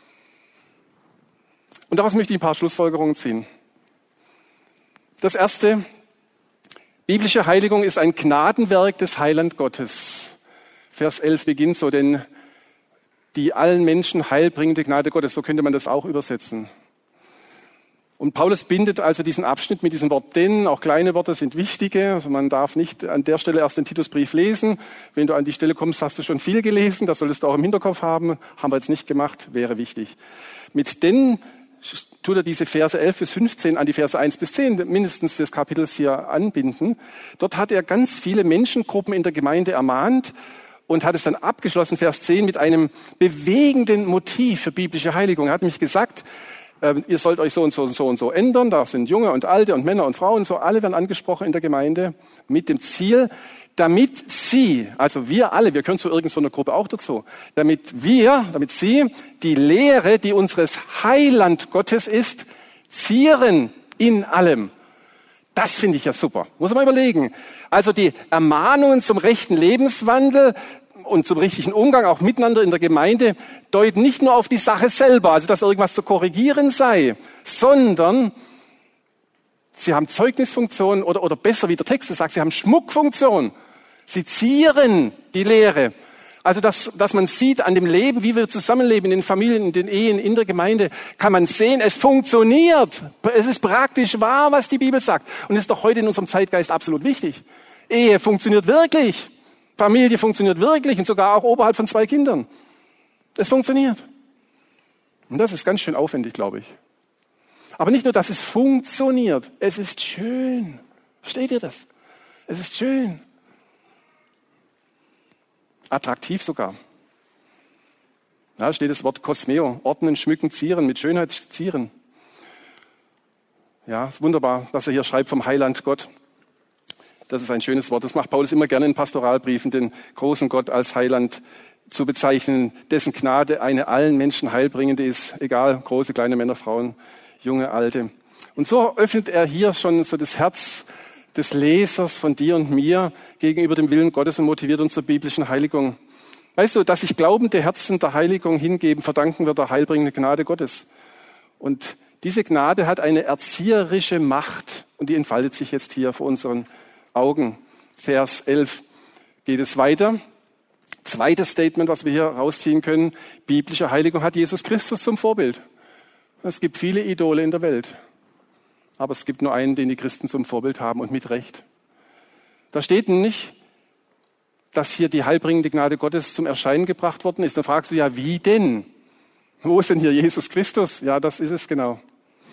B: Und daraus möchte ich ein paar Schlussfolgerungen ziehen. Das erste, biblische Heiligung ist ein Gnadenwerk des Heiland Gottes. Vers 11 beginnt so, denn die allen Menschen heilbringende Gnade Gottes, so könnte man das auch übersetzen. Und Paulus bindet also diesen Abschnitt mit diesem Wort denn, auch kleine Worte sind wichtige, also man darf nicht an der Stelle erst den Titusbrief lesen. Wenn du an die Stelle kommst, hast du schon viel gelesen, das solltest du auch im Hinterkopf haben, haben wir jetzt nicht gemacht, wäre wichtig. Mit denn tut er diese Verse 11 bis 15 an die Verse 1 bis 10 mindestens des Kapitels hier anbinden. Dort hat er ganz viele Menschengruppen in der Gemeinde ermahnt und hat es dann abgeschlossen, Vers 10, mit einem bewegenden Motiv für biblische Heiligung. Er hat nämlich gesagt, ihr sollt euch so und so und so und so ändern. Da sind Junge und Alte und Männer und Frauen, so alle werden angesprochen in der Gemeinde mit dem Ziel, damit sie, also wir alle, wir gehören zu irgendeiner Gruppe auch dazu, damit sie die Lehre, die unseres Heiland Gottes ist, zieren in allem. Das finde ich ja super. Muss man mal überlegen. Also die Ermahnungen zum rechten Lebenswandel und zum richtigen Umgang auch miteinander in der Gemeinde deuten nicht nur auf die Sache selber, also dass irgendwas zu korrigieren sei, sondern Sie haben Zeugnisfunktion oder besser, wie der Text sagt, sie haben Schmuckfunktion. Sie zieren die Lehre. Also, dass man sieht an dem Leben, wie wir zusammenleben, in den Familien, in den Ehen, in der Gemeinde, kann man sehen, es funktioniert. Es ist praktisch wahr, was die Bibel sagt. Und es ist doch heute in unserem Zeitgeist absolut wichtig. Ehe funktioniert wirklich. Familie funktioniert wirklich und sogar auch oberhalb von 2 Kindern. Es funktioniert. Und das ist ganz schön aufwendig, glaube ich. Aber nicht nur, dass es funktioniert, es ist schön. Versteht ihr das? Es ist schön. Attraktiv sogar. Da steht das Wort Kosmeo, ordnen, schmücken, zieren, mit Schönheit zieren. Ja, ist wunderbar, dass er hier schreibt vom Heiland Gott. Das ist ein schönes Wort. Das macht Paulus immer gerne in Pastoralbriefen, den großen Gott als Heiland zu bezeichnen, dessen Gnade eine allen Menschen heilbringende ist, egal, große, kleine Männer, Frauen, junge, alte. Und so öffnet er hier schon so das Herz des Lesers von dir und mir gegenüber dem Willen Gottes und motiviert uns zur biblischen Heiligung. Weißt du, dass sich glaubende Herzen der Heiligung hingeben, verdanken wir der heilbringenden Gnade Gottes. Und diese Gnade hat eine erzieherische Macht und die entfaltet sich jetzt hier vor unseren Augen. Vers 11 geht es weiter. Zweites Statement, was wir hier rausziehen können. Biblische Heiligung hat Jesus Christus zum Vorbild. Es gibt viele Idole in der Welt. Aber es gibt nur einen, den die Christen zum Vorbild haben und mit Recht. Da steht nicht, dass hier die heilbringende Gnade Gottes zum Erscheinen gebracht worden ist. Dann fragst du ja, wie denn? Wo ist denn hier Jesus Christus? Ja, das ist es genau.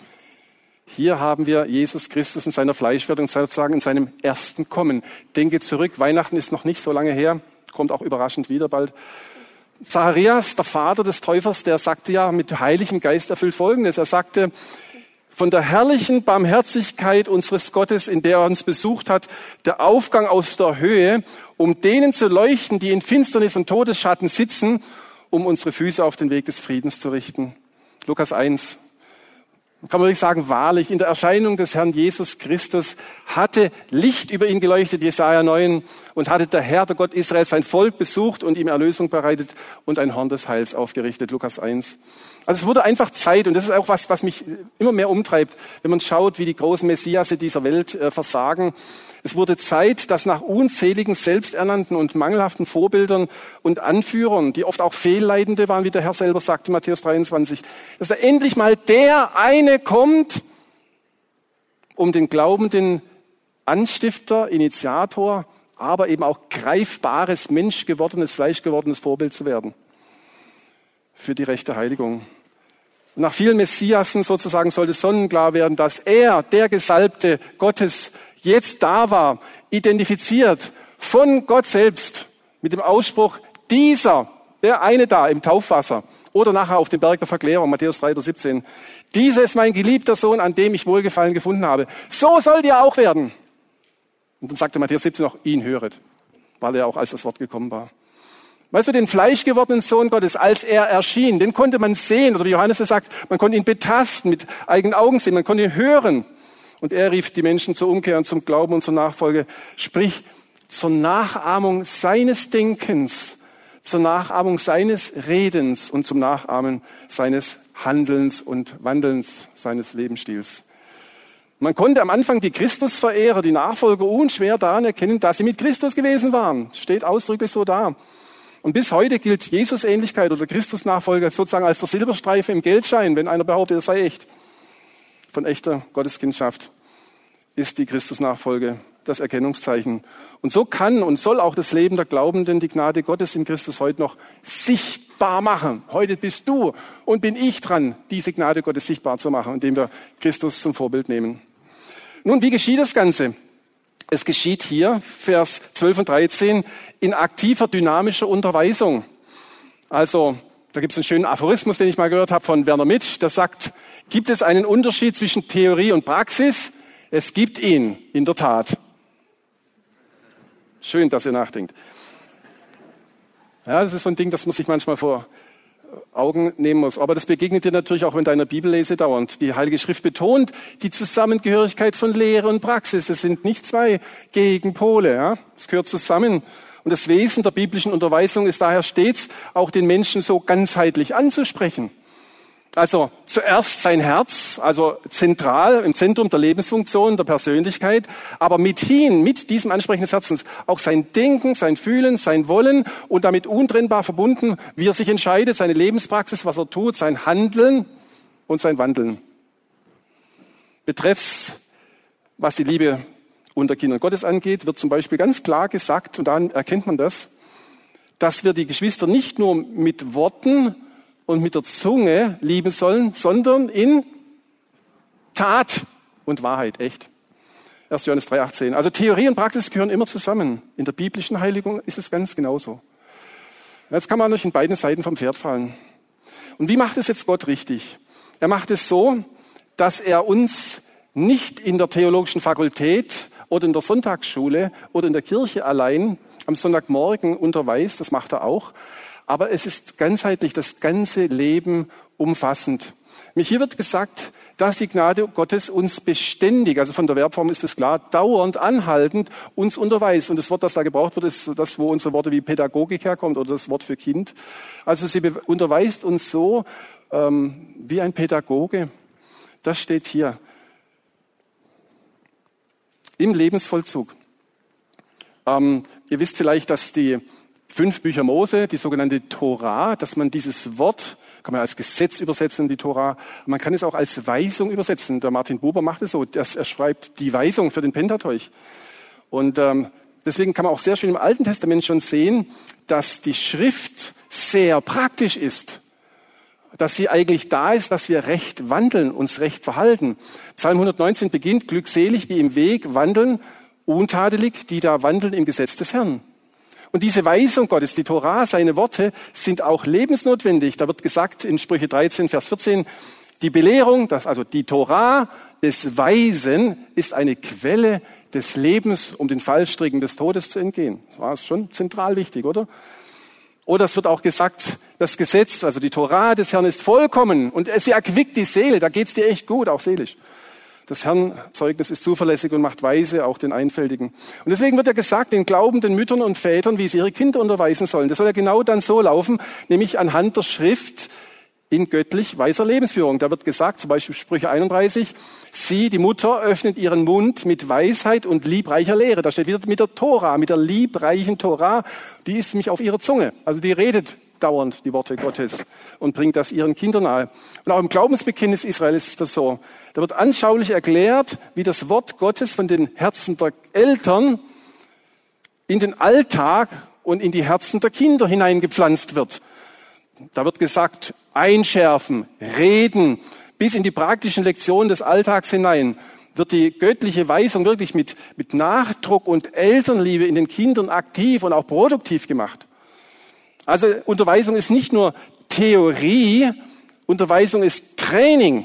B: Hier haben wir Jesus Christus in seiner Fleischwerdung, sozusagen in seinem ersten Kommen. Denke zurück, Weihnachten ist noch nicht so lange her, kommt auch überraschend wieder bald. Zacharias, der Vater des Täufers, der sagte ja mit Heiligem Geist erfüllt Folgendes. Er sagte, von der herrlichen Barmherzigkeit unseres Gottes, in der er uns besucht hat, der Aufgang aus der Höhe, um denen zu leuchten, die in Finsternis und Todesschatten sitzen, um unsere Füße auf den Weg des Friedens zu richten. Lukas 1. Kann man wirklich sagen, wahrlich, in der Erscheinung des Herrn Jesus Christus hatte Licht über ihn geleuchtet, Jesaja 9, und hatte der Herr, der Gott Israels, sein Volk besucht und ihm Erlösung bereitet und ein Horn des Heils aufgerichtet, Lukas 1. Also es wurde einfach Zeit, und das ist auch was mich immer mehr umtreibt, wenn man schaut, wie die großen Messiasse dieser Welt versagen. Es wurde Zeit, dass nach unzähligen selbsternannten und mangelhaften Vorbildern und Anführern, die oft auch Fehlleitende waren, wie der Herr selber sagte, Matthäus 23, dass da endlich mal der eine kommt, um den glaubenden Anstifter, Initiator, aber eben auch greifbares, menschgewordenes, fleischgewordenes Vorbild zu werden für die rechte Heiligung. Und nach vielen Messiasen sozusagen sollte sonnenklar werden, dass er, der Gesalbte Gottes, jetzt da war, identifiziert von Gott selbst mit dem Ausspruch, dieser, der eine da im Taufwasser oder nachher auf dem Berg der Verklärung, Matthäus 3,17, dieser ist mein geliebter Sohn, an dem ich Wohlgefallen gefunden habe. So sollt ihr auch werden. Und dann sagte Matthäus 17 noch, ihn höret, weil er auch als das Wort gekommen war. Weißt du, den fleischgewordenen Sohn Gottes, als er erschien, den konnte man sehen, oder wie Johannes es sagt, man konnte ihn betasten, mit eigenen Augen sehen, man konnte ihn hören. Und er rief die Menschen zur Umkehr und zum Glauben und zur Nachfolge, sprich zur Nachahmung seines Denkens, zur Nachahmung seines Redens und zum Nachahmen seines Handelns und Wandelns, seines Lebensstils. Man konnte am Anfang die Christusverehrer, die Nachfolger unschwer daran erkennen, dass sie mit Christus gewesen waren. Steht ausdrücklich so da. Und bis heute gilt Jesus-Ähnlichkeit oder Christus-Nachfolger sozusagen als der Silberstreifen im Geldschein, wenn einer behauptet, er sei echt. Von echter Gotteskindschaft ist die Christus-Nachfolge das Erkennungszeichen. Und so kann und soll auch das Leben der Glaubenden die Gnade Gottes in Christus heute noch sichtbar machen. Heute bist du und bin ich dran, diese Gnade Gottes sichtbar zu machen, indem wir Christus zum Vorbild nehmen. Nun, wie geschieht das Ganze? Es geschieht hier, Vers 12 und 13, in aktiver, dynamischer Unterweisung. Also, da gibt es einen schönen Aphorismus, den ich mal gehört habe von Werner Mitsch, der sagt, gibt es einen Unterschied zwischen Theorie und Praxis? Es gibt ihn, in der Tat. Schön, dass ihr nachdenkt. Ja, das ist so ein Ding, das man sich manchmal vor Augen nehmen muss. Aber das begegnet dir natürlich auch in deiner Bibellese dauernd. Die Heilige Schrift betont die Zusammengehörigkeit von Lehre und Praxis. Das sind nicht zwei Gegenpole. Ja? Es gehört zusammen. Und das Wesen der biblischen Unterweisung ist daher stets, auch den Menschen so ganzheitlich anzusprechen. Also zuerst sein Herz, also zentral im Zentrum der Lebensfunktion, der Persönlichkeit, aber mit diesem Ansprechen des Herzens auch sein Denken, sein Fühlen, sein Wollen und damit untrennbar verbunden, wie er sich entscheidet, seine Lebenspraxis, was er tut, sein Handeln und sein Wandeln. Betreffs, was die Liebe unter Kindern Gottes angeht, wird zum Beispiel ganz klar gesagt, und daran erkennt man das, dass wir die Geschwister nicht nur mit Worten und mit der Zunge lieben sollen, sondern in Tat und Wahrheit, echt. 1. Johannes 3,18. Also Theorie und Praxis gehören immer zusammen. In der biblischen Heiligung ist es ganz genauso. Jetzt kann man natürlich in beiden Seiten vom Pferd fallen. Und wie macht es jetzt Gott richtig? Er macht es so, dass er uns nicht in der theologischen Fakultät oder in der Sonntagsschule oder in der Kirche allein am Sonntagmorgen unterweist, das macht er auch, aber es ist ganzheitlich, das ganze Leben umfassend. Hier wird gesagt, dass die Gnade Gottes uns beständig, also von der Verbform ist es klar, dauernd, anhaltend uns unterweist. Und das Wort, das da gebraucht wird, ist das, wo unsere Worte wie Pädagogik herkommt oder das Wort für Kind. Also sie unterweist uns so wie ein Pädagoge. Das steht hier. Im Lebensvollzug. Ihr wisst vielleicht, dass die 5 Bücher Mose, die sogenannte Tora, dass man dieses Wort, kann man als Gesetz übersetzen, die Tora, man kann es auch als Weisung übersetzen. Der Martin Buber macht es so, er schreibt die Weisung für den Pentateuch. Und deswegen kann man auch sehr schön im Alten Testament schon sehen, dass die Schrift sehr praktisch ist. Dass sie eigentlich da ist, dass wir recht wandeln, uns recht verhalten. Psalm 119 beginnt, glückselig, die im Weg wandeln, untadelig, die da wandeln im Gesetz des Herrn. Und diese Weisung Gottes, die Tora, seine Worte, sind auch lebensnotwendig. Da wird gesagt in Sprüche 13, Vers 14, die Belehrung, also die Tora des Weisen, ist eine Quelle des Lebens, um den Fallstricken des Todes zu entgehen. Das war schon zentral wichtig, oder? Oder es wird auch gesagt, das Gesetz, also die Tora des Herrn ist vollkommen und sie erquickt die Seele, da geht's dir echt gut, auch seelisch. Das Herrn Zeugnis ist zuverlässig und macht weise, auch den Einfältigen. Und deswegen wird ja gesagt, den glaubenden Müttern und Vätern, wie sie ihre Kinder unterweisen sollen. Das soll ja genau dann so laufen, nämlich anhand der Schrift in göttlich weiser Lebensführung. Da wird gesagt, zum Beispiel Sprüche 31, sie, die Mutter, öffnet ihren Mund mit Weisheit und liebreicher Lehre. Da steht wieder mit der Tora, mit der liebreichen Tora, die ist nämlich auf ihrer Zunge. Also die redet dauernd die Worte Gottes und bringt das ihren Kindern nahe. Und auch im Glaubensbekenntnis Israels ist das so. Da wird anschaulich erklärt, wie das Wort Gottes von den Herzen der Eltern in den Alltag und in die Herzen der Kinder hineingepflanzt wird. Da wird gesagt, einschärfen, reden, bis in die praktischen Lektionen des Alltags hinein wird die göttliche Weisung wirklich mit Nachdruck und Elternliebe in den Kindern aktiv und auch produktiv gemacht. Also Unterweisung ist nicht nur Theorie, Unterweisung ist Training.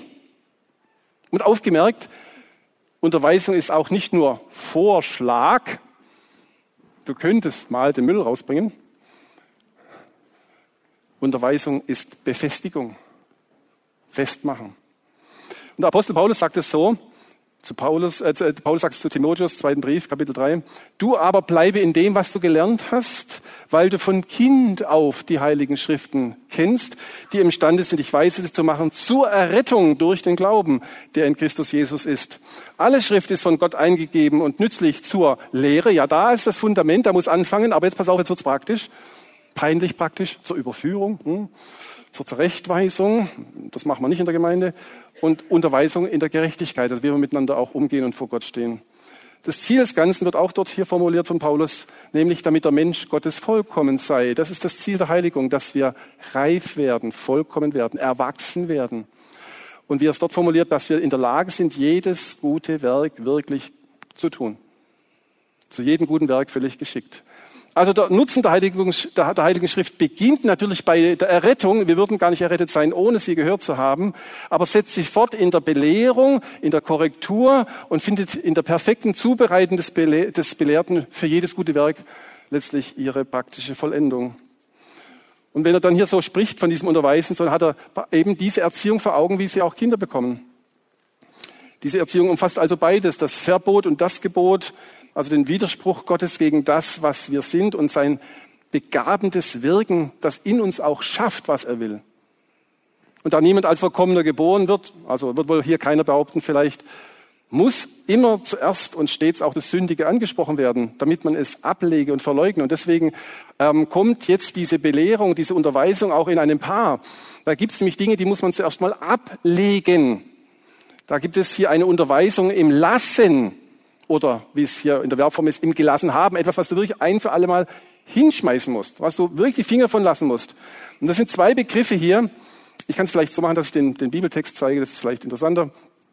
B: Und aufgemerkt, Unterweisung ist auch nicht nur Vorschlag, du könntest mal den Müll rausbringen. Unterweisung ist Befestigung, festmachen. Und der Apostel Paulus sagt es so, Paulus sagt es zu Timotheus, 2. Brief, Kapitel 3, du aber bleibe in dem, was du gelernt hast, weil du von Kind auf die Heiligen Schriften kennst, die imstande sind, dich weise zu machen zur Errettung durch den Glauben, der in Christus Jesus ist. Alle Schrift ist von Gott eingegeben und nützlich zur Lehre. Ja, da ist das Fundament, da muss anfangen, aber jetzt pass auf, jetzt wird's praktisch. Peinlich praktisch, zur Überführung, zur Zurechtweisung, das machen wir nicht in der Gemeinde, und Unterweisung in der Gerechtigkeit, also wie wir miteinander auch umgehen und vor Gott stehen. Das Ziel des Ganzen wird auch dort hier formuliert von Paulus, nämlich damit der Mensch Gottes vollkommen sei. Das ist das Ziel der Heiligung, dass wir reif werden, vollkommen werden, erwachsen werden. Und wie er es dort formuliert, dass wir in der Lage sind, jedes gute Werk wirklich zu tun. Zu jedem guten Werk völlig geschickt. Also der Nutzen der Heiligen Schrift beginnt natürlich bei der Errettung. Wir würden gar nicht errettet sein, ohne sie gehört zu haben, aber setzt sich fort in der Belehrung, in der Korrektur und findet in der perfekten Zubereitung des Belehrten für jedes gute Werk letztlich ihre praktische Vollendung. Und wenn er dann hier so spricht von diesem Unterweisen, so hat er eben diese Erziehung vor Augen, wie sie auch Kinder bekommen. Diese Erziehung umfasst also beides, das Verbot und das Gebot, also den Widerspruch Gottes gegen das, was wir sind und sein begabendes Wirken, das in uns auch schafft, was er will. Und da niemand als Vollkommener geboren wird, also wird wohl hier keiner behaupten vielleicht, muss immer zuerst und stets auch das Sündige angesprochen werden, damit man es ablege und verleugne. Und deswegen kommt jetzt diese Belehrung, diese Unterweisung auch in einem Paar. Da gibt es nämlich Dinge, die muss man zuerst mal ablegen. Da gibt es hier eine Unterweisung im Lassen oder wie es hier in der Verbform ist, im Gelassen haben. Etwas, was du wirklich ein für alle Mal hinschmeißen musst, was du wirklich die Finger von lassen musst. Und das sind zwei Begriffe hier. Ich kann es vielleicht so machen, dass ich den Bibeltext zeige, das ist vielleicht interessanter.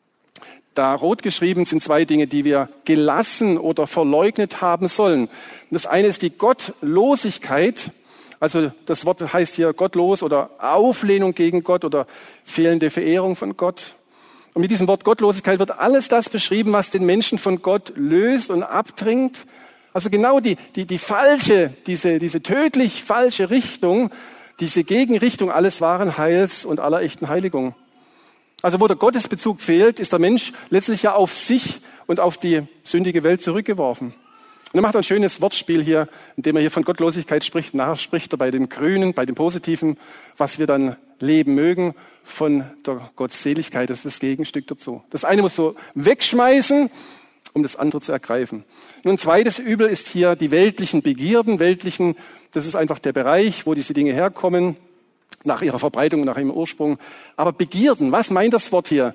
B: Da rot geschrieben sind zwei Dinge, die wir gelassen oder verleugnet haben sollen. Und das eine ist die Gottlosigkeit. Also das Wort heißt hier gottlos oder Auflehnung gegen Gott oder fehlende Verehrung von Gott. Und mit diesem Wort Gottlosigkeit wird alles das beschrieben, was den Menschen von Gott löst und abdringt. Also genau die falsche, diese tödlich falsche Richtung, diese Gegenrichtung alles wahren Heils und aller echten Heiligung. Also wo der Gottesbezug fehlt, ist der Mensch letztlich ja auf sich und auf die sündige Welt zurückgeworfen. Und er macht ein schönes Wortspiel hier, indem er hier von Gottlosigkeit spricht. Nachher spricht er bei dem Grünen, bei dem Positiven, was wir dann leben mögen, von der Gottseligkeit. Das ist das Gegenstück dazu. Das eine muss so wegschmeißen, um das andere zu ergreifen. Nun, ein zweites Übel ist hier die weltlichen Begierden. Das ist einfach der Bereich, wo diese Dinge herkommen, nach ihrer Verbreitung, nach ihrem Ursprung. Aber Begierden, was meint das Wort hier?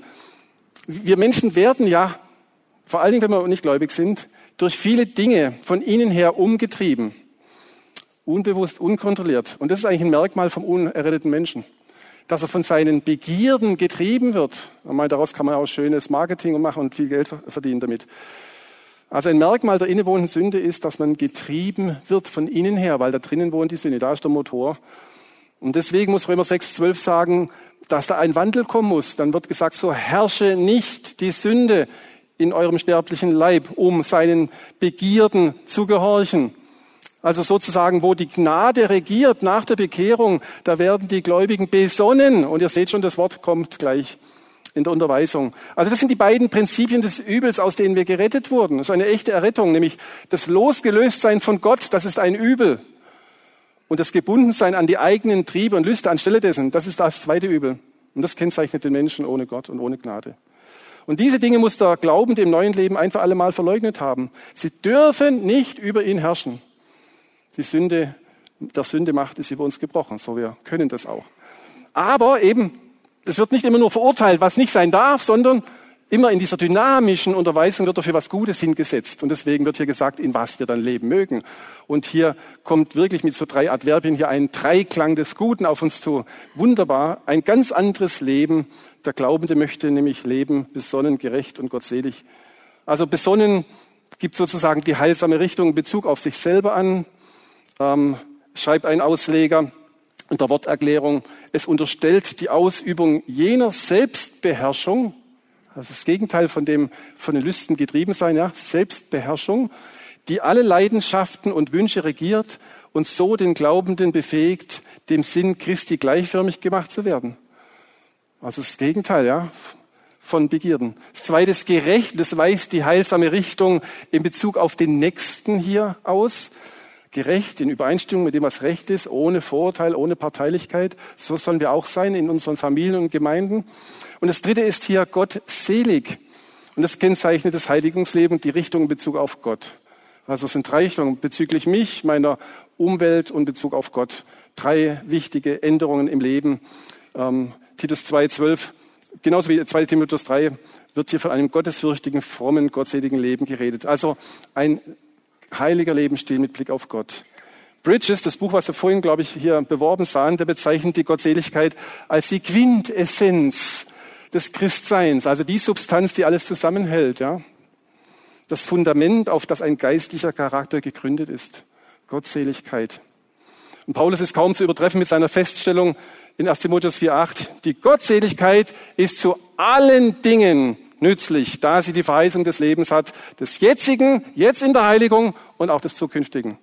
B: Wir Menschen werden ja, vor allen Dingen, wenn wir nicht gläubig sind, durch viele Dinge von innen her umgetrieben. Unbewusst, unkontrolliert. Und das ist eigentlich ein Merkmal vom unerretteten Menschen. Dass er von seinen Begierden getrieben wird. Ich meine, daraus kann man auch schönes Marketing machen und viel Geld verdienen damit. Also ein Merkmal der innewohnenden Sünde ist, dass man getrieben wird von innen her, weil da drinnen wohnt die Sünde, da ist der Motor. Und deswegen muss Römer 6,12 sagen, dass da ein Wandel kommen muss. Dann wird gesagt, so herrsche nicht die Sünde in eurem sterblichen Leib, um seinen Begierden zu gehorchen. Also sozusagen, wo die Gnade regiert nach der Bekehrung, da werden die Gläubigen besonnen. Und ihr seht schon, das Wort kommt gleich in der Unterweisung. Also das sind die beiden Prinzipien des Übels, aus denen wir gerettet wurden. Das ist eine echte Errettung, nämlich das Losgelöstsein von Gott, das ist ein Übel. Und das Gebundensein an die eigenen Triebe und Lüste anstelle dessen, das ist das zweite Übel. Und das kennzeichnet den Menschen ohne Gott und ohne Gnade. Und diese Dinge muss der Glaubende im neuen Leben ein für alle Mal verleugnet haben. Sie dürfen nicht über ihn herrschen. Die Sünde, der Sünde Macht ist über uns gebrochen, so wir können das auch. Aber eben, es wird nicht immer nur verurteilt, was nicht sein darf, sondern immer in dieser dynamischen Unterweisung wird dafür was Gutes hingesetzt. Und deswegen wird hier gesagt, in was wir dann leben mögen. Und hier kommt wirklich mit so 3 Adverbien hier ein Dreiklang des Guten auf uns zu. Wunderbar, ein ganz anderes Leben. Der Glaubende möchte nämlich leben, besonnen, gerecht und gottselig. Also besonnen gibt sozusagen die heilsame Richtung in Bezug auf sich selber an. Schreibt ein Ausleger in der Worterklärung, es unterstellt die Ausübung jener Selbstbeherrschung, das ist das Gegenteil von den Lüsten getrieben sein, ja, Selbstbeherrschung, die alle Leidenschaften und Wünsche regiert und so den Glaubenden befähigt, dem Sinn Christi gleichförmig gemacht zu werden. Also das Gegenteil, ja, von Begierden. Das zweite ist gerecht, das weist die heilsame Richtung in Bezug auf den Nächsten hier aus. Gerecht, in Übereinstimmung mit dem, was Recht ist, ohne Vorurteil, ohne Parteilichkeit. So sollen wir auch sein in unseren Familien und Gemeinden. Und das dritte ist hier gottselig. Und das kennzeichnet das Heiligungsleben, die Richtung in Bezug auf Gott. Also es sind 3 Richtungen bezüglich mich, meiner Umwelt und in Bezug auf Gott. 3 wichtige Änderungen im Leben. Titus 2,12, genauso wie 2 Timotheus 3, wird hier von einem gottesfürchtigen, frommen, gottseligen Leben geredet. Also ein heiliger Lebensstil mit Blick auf Gott. Bridges, das Buch, was wir vorhin, glaube ich, hier beworben sahen, der bezeichnet die Gottseligkeit als die Quintessenz des Christseins, also die Substanz, die alles zusammenhält, ja. Das Fundament, auf das ein geistlicher Charakter gegründet ist. Gottseligkeit. Und Paulus ist kaum zu übertreffen mit seiner Feststellung in 1 Timotheus 4,8. Die Gottseligkeit ist zu allen Dingen nützlich, da sie die Verheißung des Lebens hat, des Jetzigen, jetzt in der Heiligung und auch des Zukünftigen.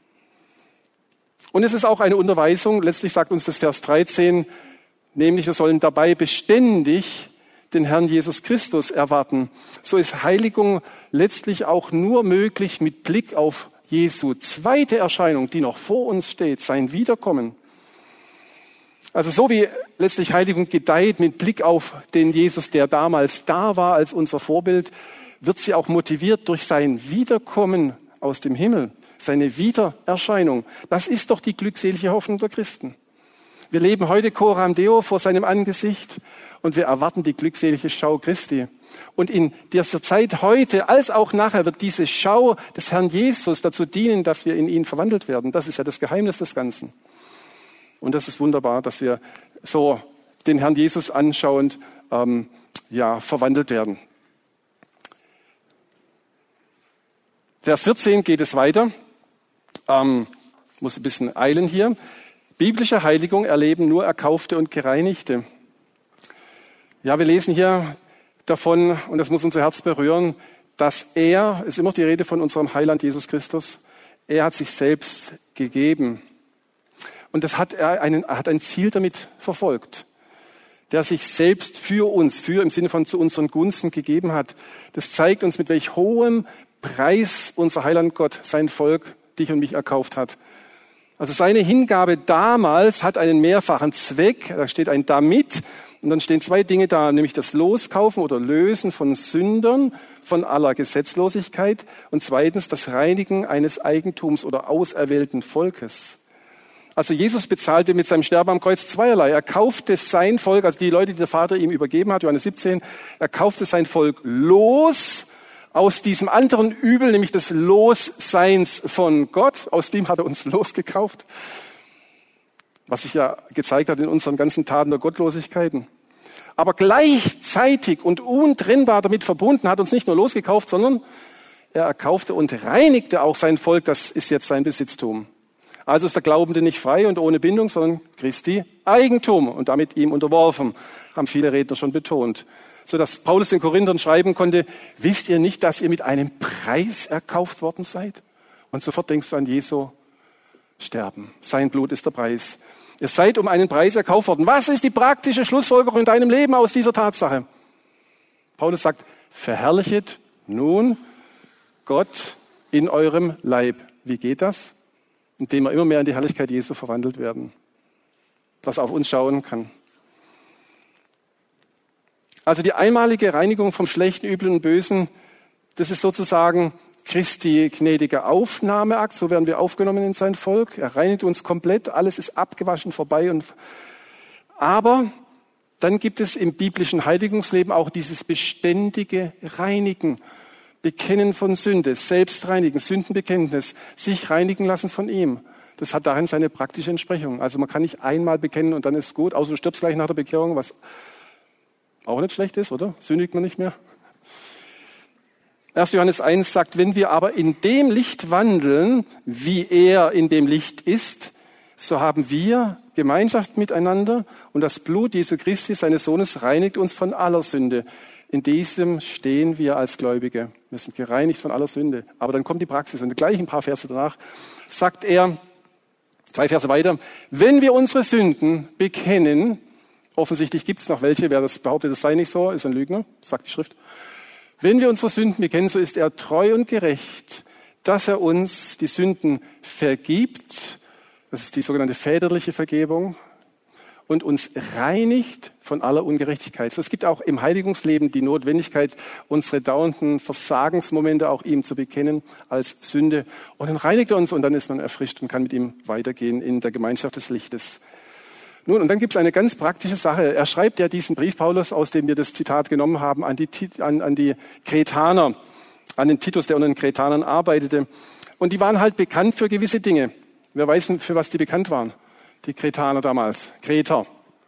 B: Und es ist auch eine Unterweisung, letztlich sagt uns das Vers 13, nämlich wir sollen dabei beständig den Herrn Jesus Christus erwarten. So ist Heiligung letztlich auch nur möglich mit Blick auf Jesu zweite Erscheinung, die noch vor uns steht, sein Wiederkommen. Also so wie letztlich Heiligung gedeiht mit Blick auf den Jesus, der damals da war als unser Vorbild, wird sie auch motiviert durch sein Wiederkommen aus dem Himmel, seine Wiedererscheinung. Das ist doch die glückselige Hoffnung der Christen. Wir leben heute coram Deo vor seinem Angesicht und wir erwarten die glückselige Schau Christi. Und in dieser Zeit heute als auch nachher wird diese Schau des Herrn Jesus dazu dienen, dass wir in ihn verwandelt werden. Das ist ja das Geheimnis des Ganzen. Und das ist wunderbar, dass wir so den Herrn Jesus anschauend verwandelt werden. Vers 14 geht es weiter. Muss ein bisschen eilen hier. Biblische Heiligung erleben nur Erkaufte und Gereinigte. Ja, wir lesen hier davon, und das muss unser Herz berühren, dass er, ist immer die Rede von unserem Heiland Jesus Christus, er hat sich selbst gegeben. Und das hat er hat ein Ziel damit verfolgt, der sich selbst für uns, im Sinne von zu unseren Gunsten gegeben hat. Das zeigt uns, mit welch hohem Preis unser Heiland Gott sein Volk, dich und mich erkauft hat. Also seine Hingabe damals hat einen mehrfachen Zweck. Da steht ein damit und dann stehen zwei Dinge da, nämlich das Loskaufen oder Lösen von Sündern, von aller Gesetzlosigkeit und zweitens das Reinigen eines Eigentums oder auserwählten Volkes. Also Jesus bezahlte mit seinem Sterben am Kreuz zweierlei. Er kaufte sein Volk, also die Leute, die der Vater ihm übergeben hat, Johannes 17, er kaufte sein Volk los aus diesem anderen Übel, nämlich des Losseins von Gott. Aus dem hat er uns losgekauft, was sich ja gezeigt hat in unseren ganzen Taten der Gottlosigkeiten. Aber gleichzeitig und untrennbar damit verbunden hat uns nicht nur losgekauft, sondern er erkaufte und reinigte auch sein Volk. Das ist jetzt sein Besitztum. Also ist der Glaubende nicht frei und ohne Bindung, sondern Christi Eigentum und damit ihm unterworfen, haben viele Redner schon betont. Sodass Paulus den Korinthern schreiben konnte, wisst ihr nicht, dass ihr mit einem Preis erkauft worden seid? Und sofort denkst du an Jesu Sterben. Sein Blut ist der Preis. Ihr seid um einen Preis erkauft worden. Was ist die praktische Schlussfolgerung in deinem Leben aus dieser Tatsache? Paulus sagt, verherrlichet nun Gott in eurem Leib. Wie geht das? Indem wir immer mehr in die Herrlichkeit Jesu verwandelt werden, was auf uns schauen kann. Also die einmalige Reinigung vom Schlechten, Üblen und Bösen, das ist sozusagen Christi gnädiger Aufnahmeakt, so werden wir aufgenommen in sein Volk. Er reinigt uns komplett, alles ist abgewaschen, vorbei. Aber dann gibt es im biblischen Heiligungsleben auch dieses beständige Reinigen, Bekennen von Sünde, Selbstreinigen, Sündenbekenntnis, sich reinigen lassen von ihm. Das hat darin seine praktische Entsprechung. Also man kann nicht einmal bekennen und dann ist es gut, außer du stirbst gleich nach der Bekehrung, was auch nicht schlecht ist, oder? Sündigt man nicht mehr? 1. Johannes 1 sagt, wenn wir aber in dem Licht wandeln, wie er in dem Licht ist, so haben wir Gemeinschaft miteinander und das Blut Jesu Christi, seines Sohnes, reinigt uns von aller Sünde. In diesem stehen wir als Gläubige. Wir sind gereinigt von aller Sünde. Aber dann kommt die Praxis und gleich ein paar Verse danach sagt er, 2 Verse weiter, wenn wir unsere Sünden bekennen, offensichtlich gibt es noch welche, wer das behauptet, das sei nicht so, ist ein Lügner, sagt die Schrift. Wenn wir unsere Sünden bekennen, so ist er treu und gerecht, dass er uns die Sünden vergibt, das ist die sogenannte väterliche Vergebung, und uns reinigt von aller Ungerechtigkeit. So, es gibt auch im Heiligungsleben die Notwendigkeit, unsere dauernden Versagensmomente auch ihm zu bekennen als Sünde. Und dann reinigt er uns und dann ist man erfrischt und kann mit ihm weitergehen in der Gemeinschaft des Lichtes. Nun, und dann gibt es eine ganz praktische Sache. Er schreibt ja diesen Brief, Paulus, aus dem wir das Zitat genommen haben, an die Kretaner, an den Titus, der unter den Kretanern arbeitete. Und die waren halt bekannt für gewisse Dinge. Wer weiß, für was die bekannt waren? Die Kretaner damals. Kreter.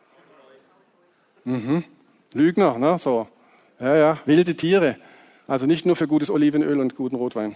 B: Lügner, ne? So. Ja, wilde Tiere. Also nicht nur für gutes Olivenöl und guten Rotwein.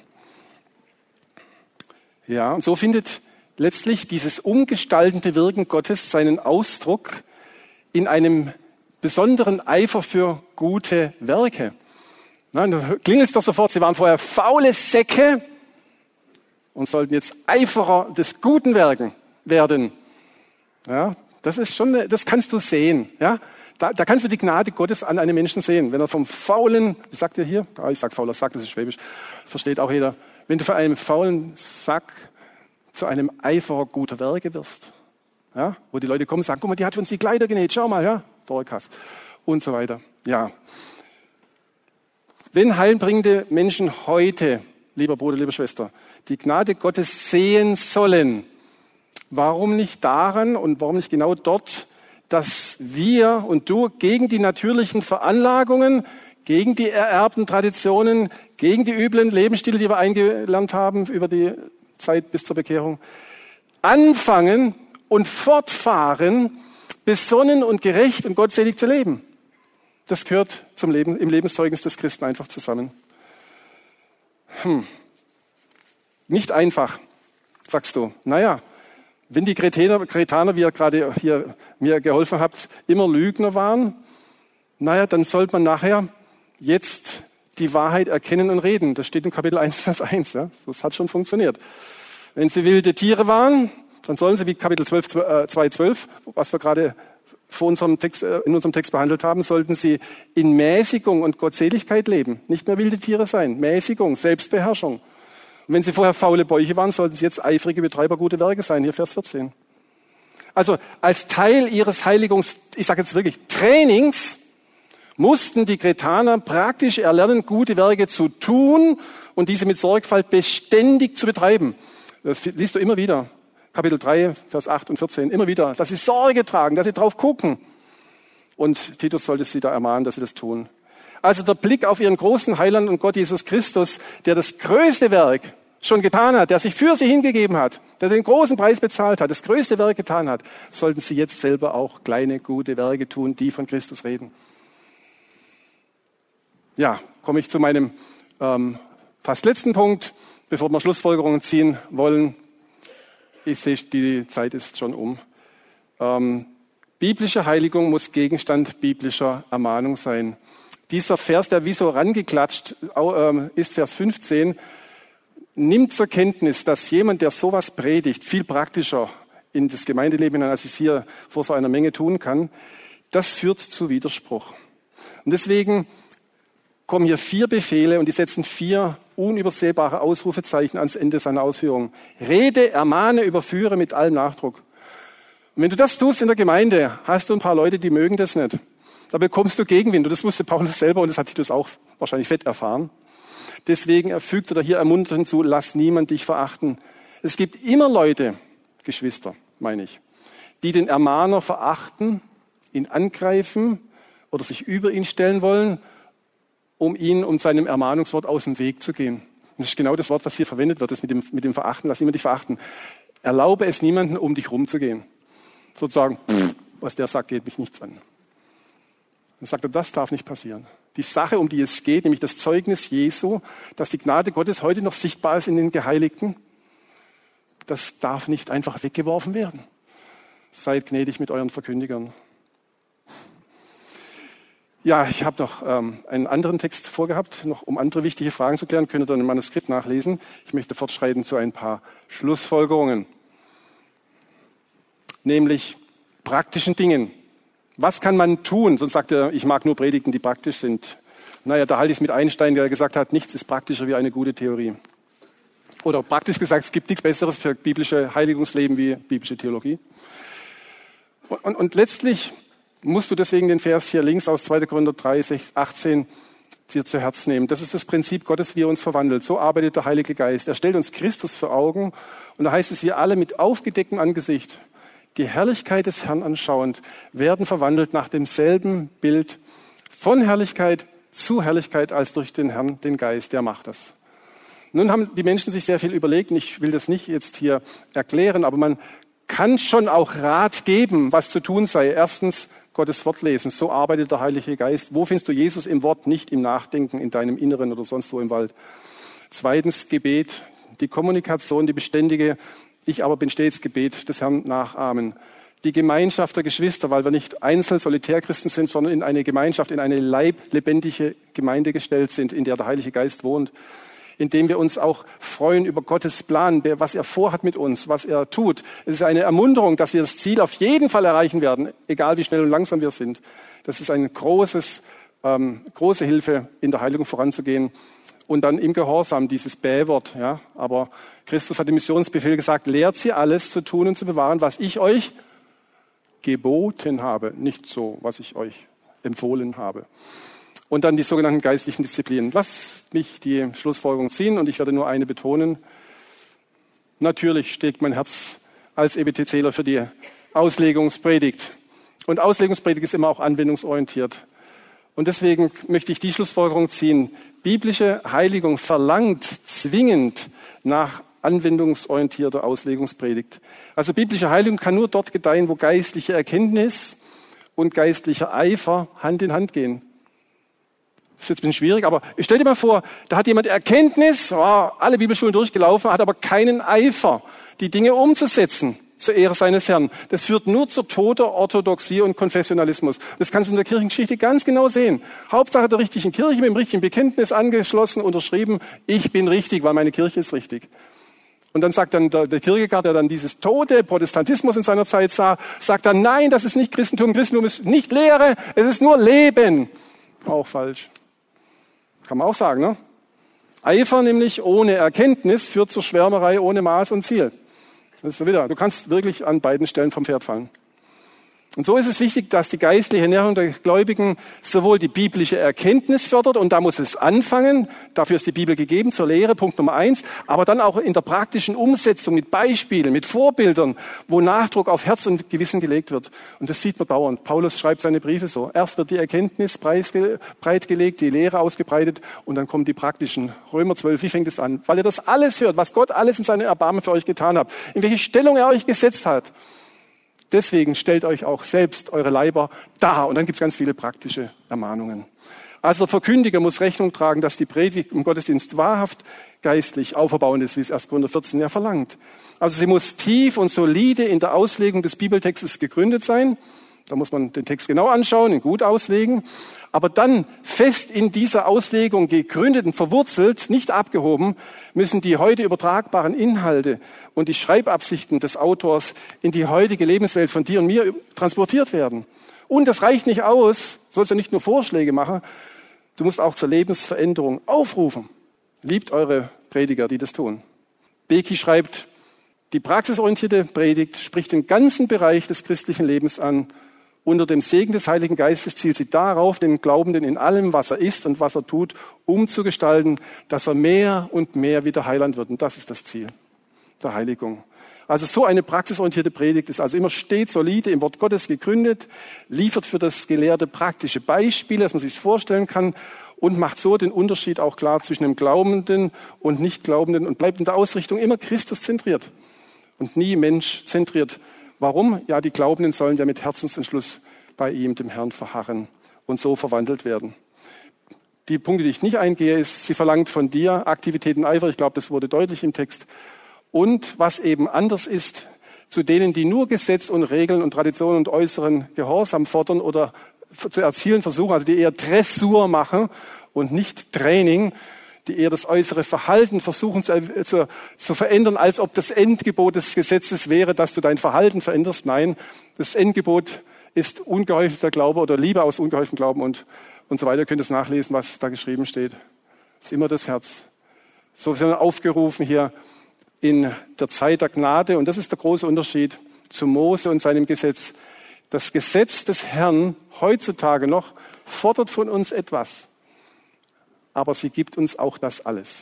B: Ja, und so findet letztlich dieses umgestaltende Wirken Gottes seinen Ausdruck in einem besonderen Eifer für gute Werke. Na, du klingelst doch sofort, sie waren vorher faule Säcke und sollten jetzt Eiferer des guten Werken werden. Ja, das ist schon, das kannst du sehen. Ja, da kannst du die Gnade Gottes an einem Menschen sehen. Wenn er vom faulen, wie sagt ihr hier? Ich sag fauler Sack, das ist Schwäbisch, versteht auch jeder. Wenn du von einem faulen Sack zu einem Eiferer guter Werke wirst. Ja? Wo die Leute kommen und sagen, guck mal, die hat für uns die Kleider genäht, schau mal, ja, Dorcas und so weiter. Ja. Wenn heilbringende Menschen heute, lieber Bruder, liebe Schwester, die Gnade Gottes sehen sollen, warum nicht daran und warum nicht genau dort, dass wir und du gegen die natürlichen Veranlagungen, gegen die ererbten Traditionen, gegen die üblen Lebensstile, die wir eingelernt haben über die Zeit bis zur Bekehrung, anfangen und fortfahren, besonnen und gerecht und gottselig zu leben. Das gehört zum Leben, im Lebenszeugnis des Christen einfach zusammen. Nicht einfach, sagst du. Naja, wenn die Kretaner, wie ihr gerade hier mir geholfen habt, immer Lügner waren, naja, dann sollte man nachher jetzt die Wahrheit erkennen und reden. Das steht in Kapitel 1, Vers 1. Ja? Das hat schon funktioniert. Wenn sie wilde Tiere waren, dann sollen sie, wie Kapitel 2,12, was wir gerade in unserem Text behandelt haben, sollten sie in Mäßigung und Gottseligkeit leben. Nicht mehr wilde Tiere sein. Mäßigung, Selbstbeherrschung. Und wenn sie vorher faule Bäuche waren, sollten sie jetzt eifrige Betreiber gute Werke sein. Hier Vers 14. Also als Teil ihres ich sage jetzt wirklich, Trainings, mussten die Kretaner praktisch erlernen, gute Werke zu tun und diese mit Sorgfalt beständig zu betreiben. Das liest du immer wieder. Kapitel 3, Vers 8 und 14, immer wieder, dass sie Sorge tragen, dass sie drauf gucken. Und Titus sollte sie da ermahnen, dass sie das tun. Also der Blick auf ihren großen Heiland und Gott Jesus Christus, der das größte Werk schon getan hat, der sich für sie hingegeben hat, der den großen Preis bezahlt hat, das größte Werk getan hat, sollten sie jetzt selber auch kleine, gute Werke tun, die von Christus reden. Ja, komme ich zu meinem fast letzten Punkt, bevor wir Schlussfolgerungen ziehen wollen. Ich sehe, die Zeit ist schon um. Biblische Heiligung muss Gegenstand biblischer Ermahnung sein. Dieser Vers, der wie so rangeklatscht ist, Vers 15, nimmt zur Kenntnis, dass jemand, der sowas predigt, viel praktischer in das Gemeindeleben hinein, als ich es hier vor so einer Menge tun kann, das führt zu Widerspruch. Und deswegen kommen hier 4 Befehle und die setzen 4 unübersehbare Ausrufezeichen ans Ende seiner Ausführungen. Rede, ermahne, überführe mit allem Nachdruck. Und wenn du das tust in der Gemeinde, hast du ein paar Leute, die mögen das nicht. Da bekommst du Gegenwind. Und das wusste Paulus selber und das hat Titus auch wahrscheinlich fett erfahren. Deswegen fügt er da hier ermunternd hinzu, lass niemand dich verachten. Es gibt immer Leute, Geschwister, meine ich, die den Ermahner verachten, ihn angreifen oder sich über ihn stellen wollen, um seinem Ermahnungswort aus dem Weg zu gehen. Das ist genau das Wort, was hier verwendet wird, das mit dem Verachten. Lass niemand dich verachten. Erlaube es niemandem, um dich rumzugehen. Sozusagen, was der sagt, geht mich nichts an. Dann sagt er, das darf nicht passieren. Die Sache, um die es geht, nämlich das Zeugnis Jesu, dass die Gnade Gottes heute noch sichtbar ist in den Geheiligten, das darf nicht einfach weggeworfen werden. Seid gnädig mit euren Verkündigern. Ja, ich habe noch einen anderen Text vorgehabt, noch um andere wichtige Fragen zu klären. Könnt ihr dann im Manuskript nachlesen. Ich möchte fortschreiten zu ein paar Schlussfolgerungen. Nämlich praktischen Dingen. Was kann man tun? Sonst sagt er, ich mag nur Predigten, die praktisch sind. Naja, da halte ich es mit Einstein, der gesagt hat, nichts ist praktischer wie eine gute Theorie. Oder praktisch gesagt, es gibt nichts Besseres für biblische Heiligungsleben wie biblische Theologie. Und letztlich musst du deswegen den Vers hier links aus 2. Korinther 3, 18 dir zu Herzen nehmen. Das ist das Prinzip Gottes, wie er uns verwandelt. So arbeitet der Heilige Geist. Er stellt uns Christus vor Augen und da heißt es, wir alle mit aufgedecktem Angesicht, die Herrlichkeit des Herrn anschauend, werden verwandelt nach demselben Bild von Herrlichkeit zu Herrlichkeit als durch den Herrn, den Geist. Der macht das. Nun haben die Menschen sich sehr viel überlegt und ich will das nicht jetzt hier erklären, aber man kann schon auch Rat geben, was zu tun sei. Erstens, Gottes Wort lesen. So arbeitet der Heilige Geist. Wo findest du Jesus im Wort? Nicht im Nachdenken, in deinem Inneren oder sonst wo im Wald. Zweitens, Gebet. Die Kommunikation, die beständige, ich aber bin stets Gebet des Herrn nachahmen. Die Gemeinschaft der Geschwister, weil wir nicht einzeln Solitärchristen sind, sondern in eine Gemeinschaft, in eine leiblebendige Gemeinde gestellt sind, in der der Heilige Geist wohnt. Indem wir uns auch freuen über Gottes Plan, was er vorhat mit uns, was er tut. Es ist eine Ermunterung, dass wir das Ziel auf jeden Fall erreichen werden, egal wie schnell und langsam wir sind. Das ist eine große Hilfe, in der Heiligung voranzugehen. Und dann im Gehorsam, dieses Bähwort. Aber Christus hat im Missionsbefehl gesagt, lehrt sie alles zu tun und zu bewahren, was ich euch geboten habe, nicht so, was ich euch empfohlen habe. Und dann die sogenannten geistlichen Disziplinen. Lasst mich die Schlussfolgerung ziehen und ich werde nur eine betonen. Natürlich steckt mein Herz als EBTCler für die Auslegungspredigt. Und Auslegungspredigt ist immer auch anwendungsorientiert. Und deswegen möchte ich die Schlussfolgerung ziehen. Biblische Heiligung verlangt zwingend nach anwendungsorientierter Auslegungspredigt. Also biblische Heiligung kann nur dort gedeihen, wo geistliche Erkenntnis und geistlicher Eifer Hand in Hand gehen. Das ist jetzt ein bisschen schwierig, aber stell dir mal vor, da hat jemand Erkenntnis, alle Bibelschulen durchgelaufen, hat aber keinen Eifer, die Dinge umzusetzen zur Ehre seines Herrn. Das führt nur zur toter Orthodoxie und Konfessionalismus. Das kannst du in der Kirchengeschichte ganz genau sehen. Hauptsache der richtigen Kirche, mit dem richtigen Bekenntnis angeschlossen, unterschrieben, ich bin richtig, weil meine Kirche ist richtig. Und dann sagt dann der Kierkegaard, der dann dieses tote Protestantismus in seiner Zeit sah, sagt dann, nein, das ist nicht Christentum. Christentum ist nicht Lehre, es ist nur Leben. Auch falsch. Kann man auch sagen, ne? Eifer nämlich ohne Erkenntnis führt zur Schwärmerei ohne Maß und Ziel. Das ist wieder, du kannst wirklich an beiden Stellen vom Pferd fallen. Und so ist es wichtig, dass die geistliche Ernährung der Gläubigen sowohl die biblische Erkenntnis fördert, und da muss es anfangen, dafür ist die Bibel gegeben, zur Lehre, Punkt Nummer 1, aber dann auch in der praktischen Umsetzung mit Beispielen, mit Vorbildern, wo Nachdruck auf Herz und Gewissen gelegt wird. Und das sieht man dauernd. Paulus schreibt seine Briefe so. Erst wird die Erkenntnis breitgelegt, die Lehre ausgebreitet, und dann kommen die praktischen. Römer 12, wie fängt es an? Weil ihr das alles hört, was Gott alles in seinem Erbarmen für euch getan hat, in welche Stellung er euch gesetzt hat. Deswegen stellt euch auch selbst eure Leiber dar. Und dann gibt es ganz viele praktische Ermahnungen. Also der Verkündiger muss Rechnung tragen, dass die Predigt im Gottesdienst wahrhaft geistlich auferbauend ist, wie es 1. Korinther 14 ja verlangt. Also sie muss tief und solide in der Auslegung des Bibeltextes gegründet sein. Da muss man den Text genau anschauen, ihn gut auslegen. Aber dann fest in dieser Auslegung gegründet und verwurzelt, nicht abgehoben, müssen die heute übertragbaren Inhalte und die Schreibabsichten des Autors in die heutige Lebenswelt von dir und mir transportiert werden. Und das reicht nicht aus, du sollst ja nicht nur Vorschläge machen, du musst auch zur Lebensveränderung aufrufen. Liebt eure Prediger, die das tun. Becky schreibt, die praxisorientierte Predigt spricht den ganzen Bereich des christlichen Lebens an. Unter dem Segen des Heiligen Geistes zielt sie darauf, den Glaubenden in allem, was er ist und was er tut, umzugestalten, dass er mehr und mehr wieder Heiland wird. Und das ist das Ziel der Heiligung. Also so eine praxisorientierte Predigt ist also immer stets solide im Wort Gottes gegründet, liefert für das Gelehrte praktische Beispiele, dass man sich vorstellen kann, und macht so den Unterschied auch klar zwischen dem Glaubenden und Nichtglaubenden und bleibt in der Ausrichtung immer Christus zentriert und nie Mensch zentriert. Warum? Ja, die Glaubenden sollen ja mit Herzensentschluss bei ihm, dem Herrn, verharren und so verwandelt werden. Die Punkte, die ich nicht eingehe, ist, sie verlangt von dir Aktivität und Eifer. Ich glaube, das wurde deutlich im Text. Und was eben anders ist, zu denen, die nur Gesetz und Regeln und Traditionen und äußeren Gehorsam fordern oder zu erzielen versuchen, also die eher Dressur machen und nicht Training, die eher das äußere Verhalten versuchen zu verändern, als ob das Endgebot des Gesetzes wäre, dass du dein Verhalten veränderst. Nein, das Endgebot ist ungeheuchelter Glaube oder Liebe aus ungeheucheltem Glauben und so weiter. Ihr könnt es nachlesen, was da geschrieben steht. Das ist immer das Herz. So sind wir aufgerufen hier in der Zeit der Gnade, und das ist der große Unterschied zu Mose und seinem Gesetz. Das Gesetz des Herrn heutzutage noch fordert von uns etwas. Aber sie gibt uns auch das alles.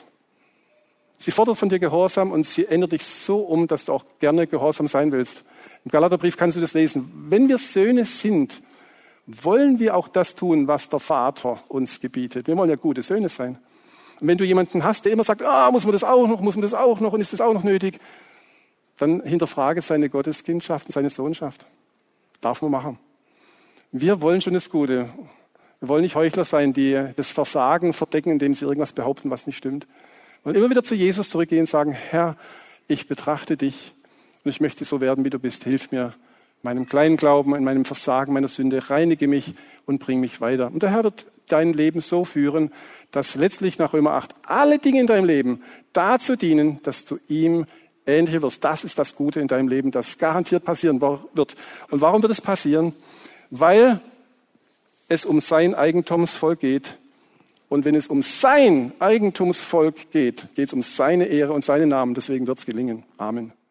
B: Sie fordert von dir Gehorsam und sie ändert dich so um, dass du auch gerne gehorsam sein willst. Im Galaterbrief kannst du das lesen. Wenn wir Söhne sind, wollen wir auch das tun, was der Vater uns gebietet. Wir wollen ja gute Söhne sein. Und wenn du jemanden hast, der immer sagt, muss man das auch noch und ist das auch noch nötig, dann hinterfrage seine Gotteskindschaft und seine Sohnschaft. Darf man machen. Wir wollen schon das Gute. Wir wollen nicht Heuchler sein, die das Versagen verdecken, indem sie irgendwas behaupten, was nicht stimmt. Wir wollen immer wieder zu Jesus zurückgehen und sagen, Herr, ich betrachte dich und ich möchte so werden, wie du bist. Hilf mir, meinem kleinen Glauben, in meinem Versagen, meiner Sünde, reinige mich und bring mich weiter. Und der Herr wird dein Leben so führen, dass letztlich nach Römer 8 alle Dinge in deinem Leben dazu dienen, dass du ihm ähnlicher wirst. Das ist das Gute in deinem Leben, das garantiert passieren wird. Und warum wird es passieren? Weil es um sein Eigentumsvolk geht. Und wenn es um sein Eigentumsvolk geht, geht es um seine Ehre und seinen Namen. Deswegen wird es gelingen. Amen.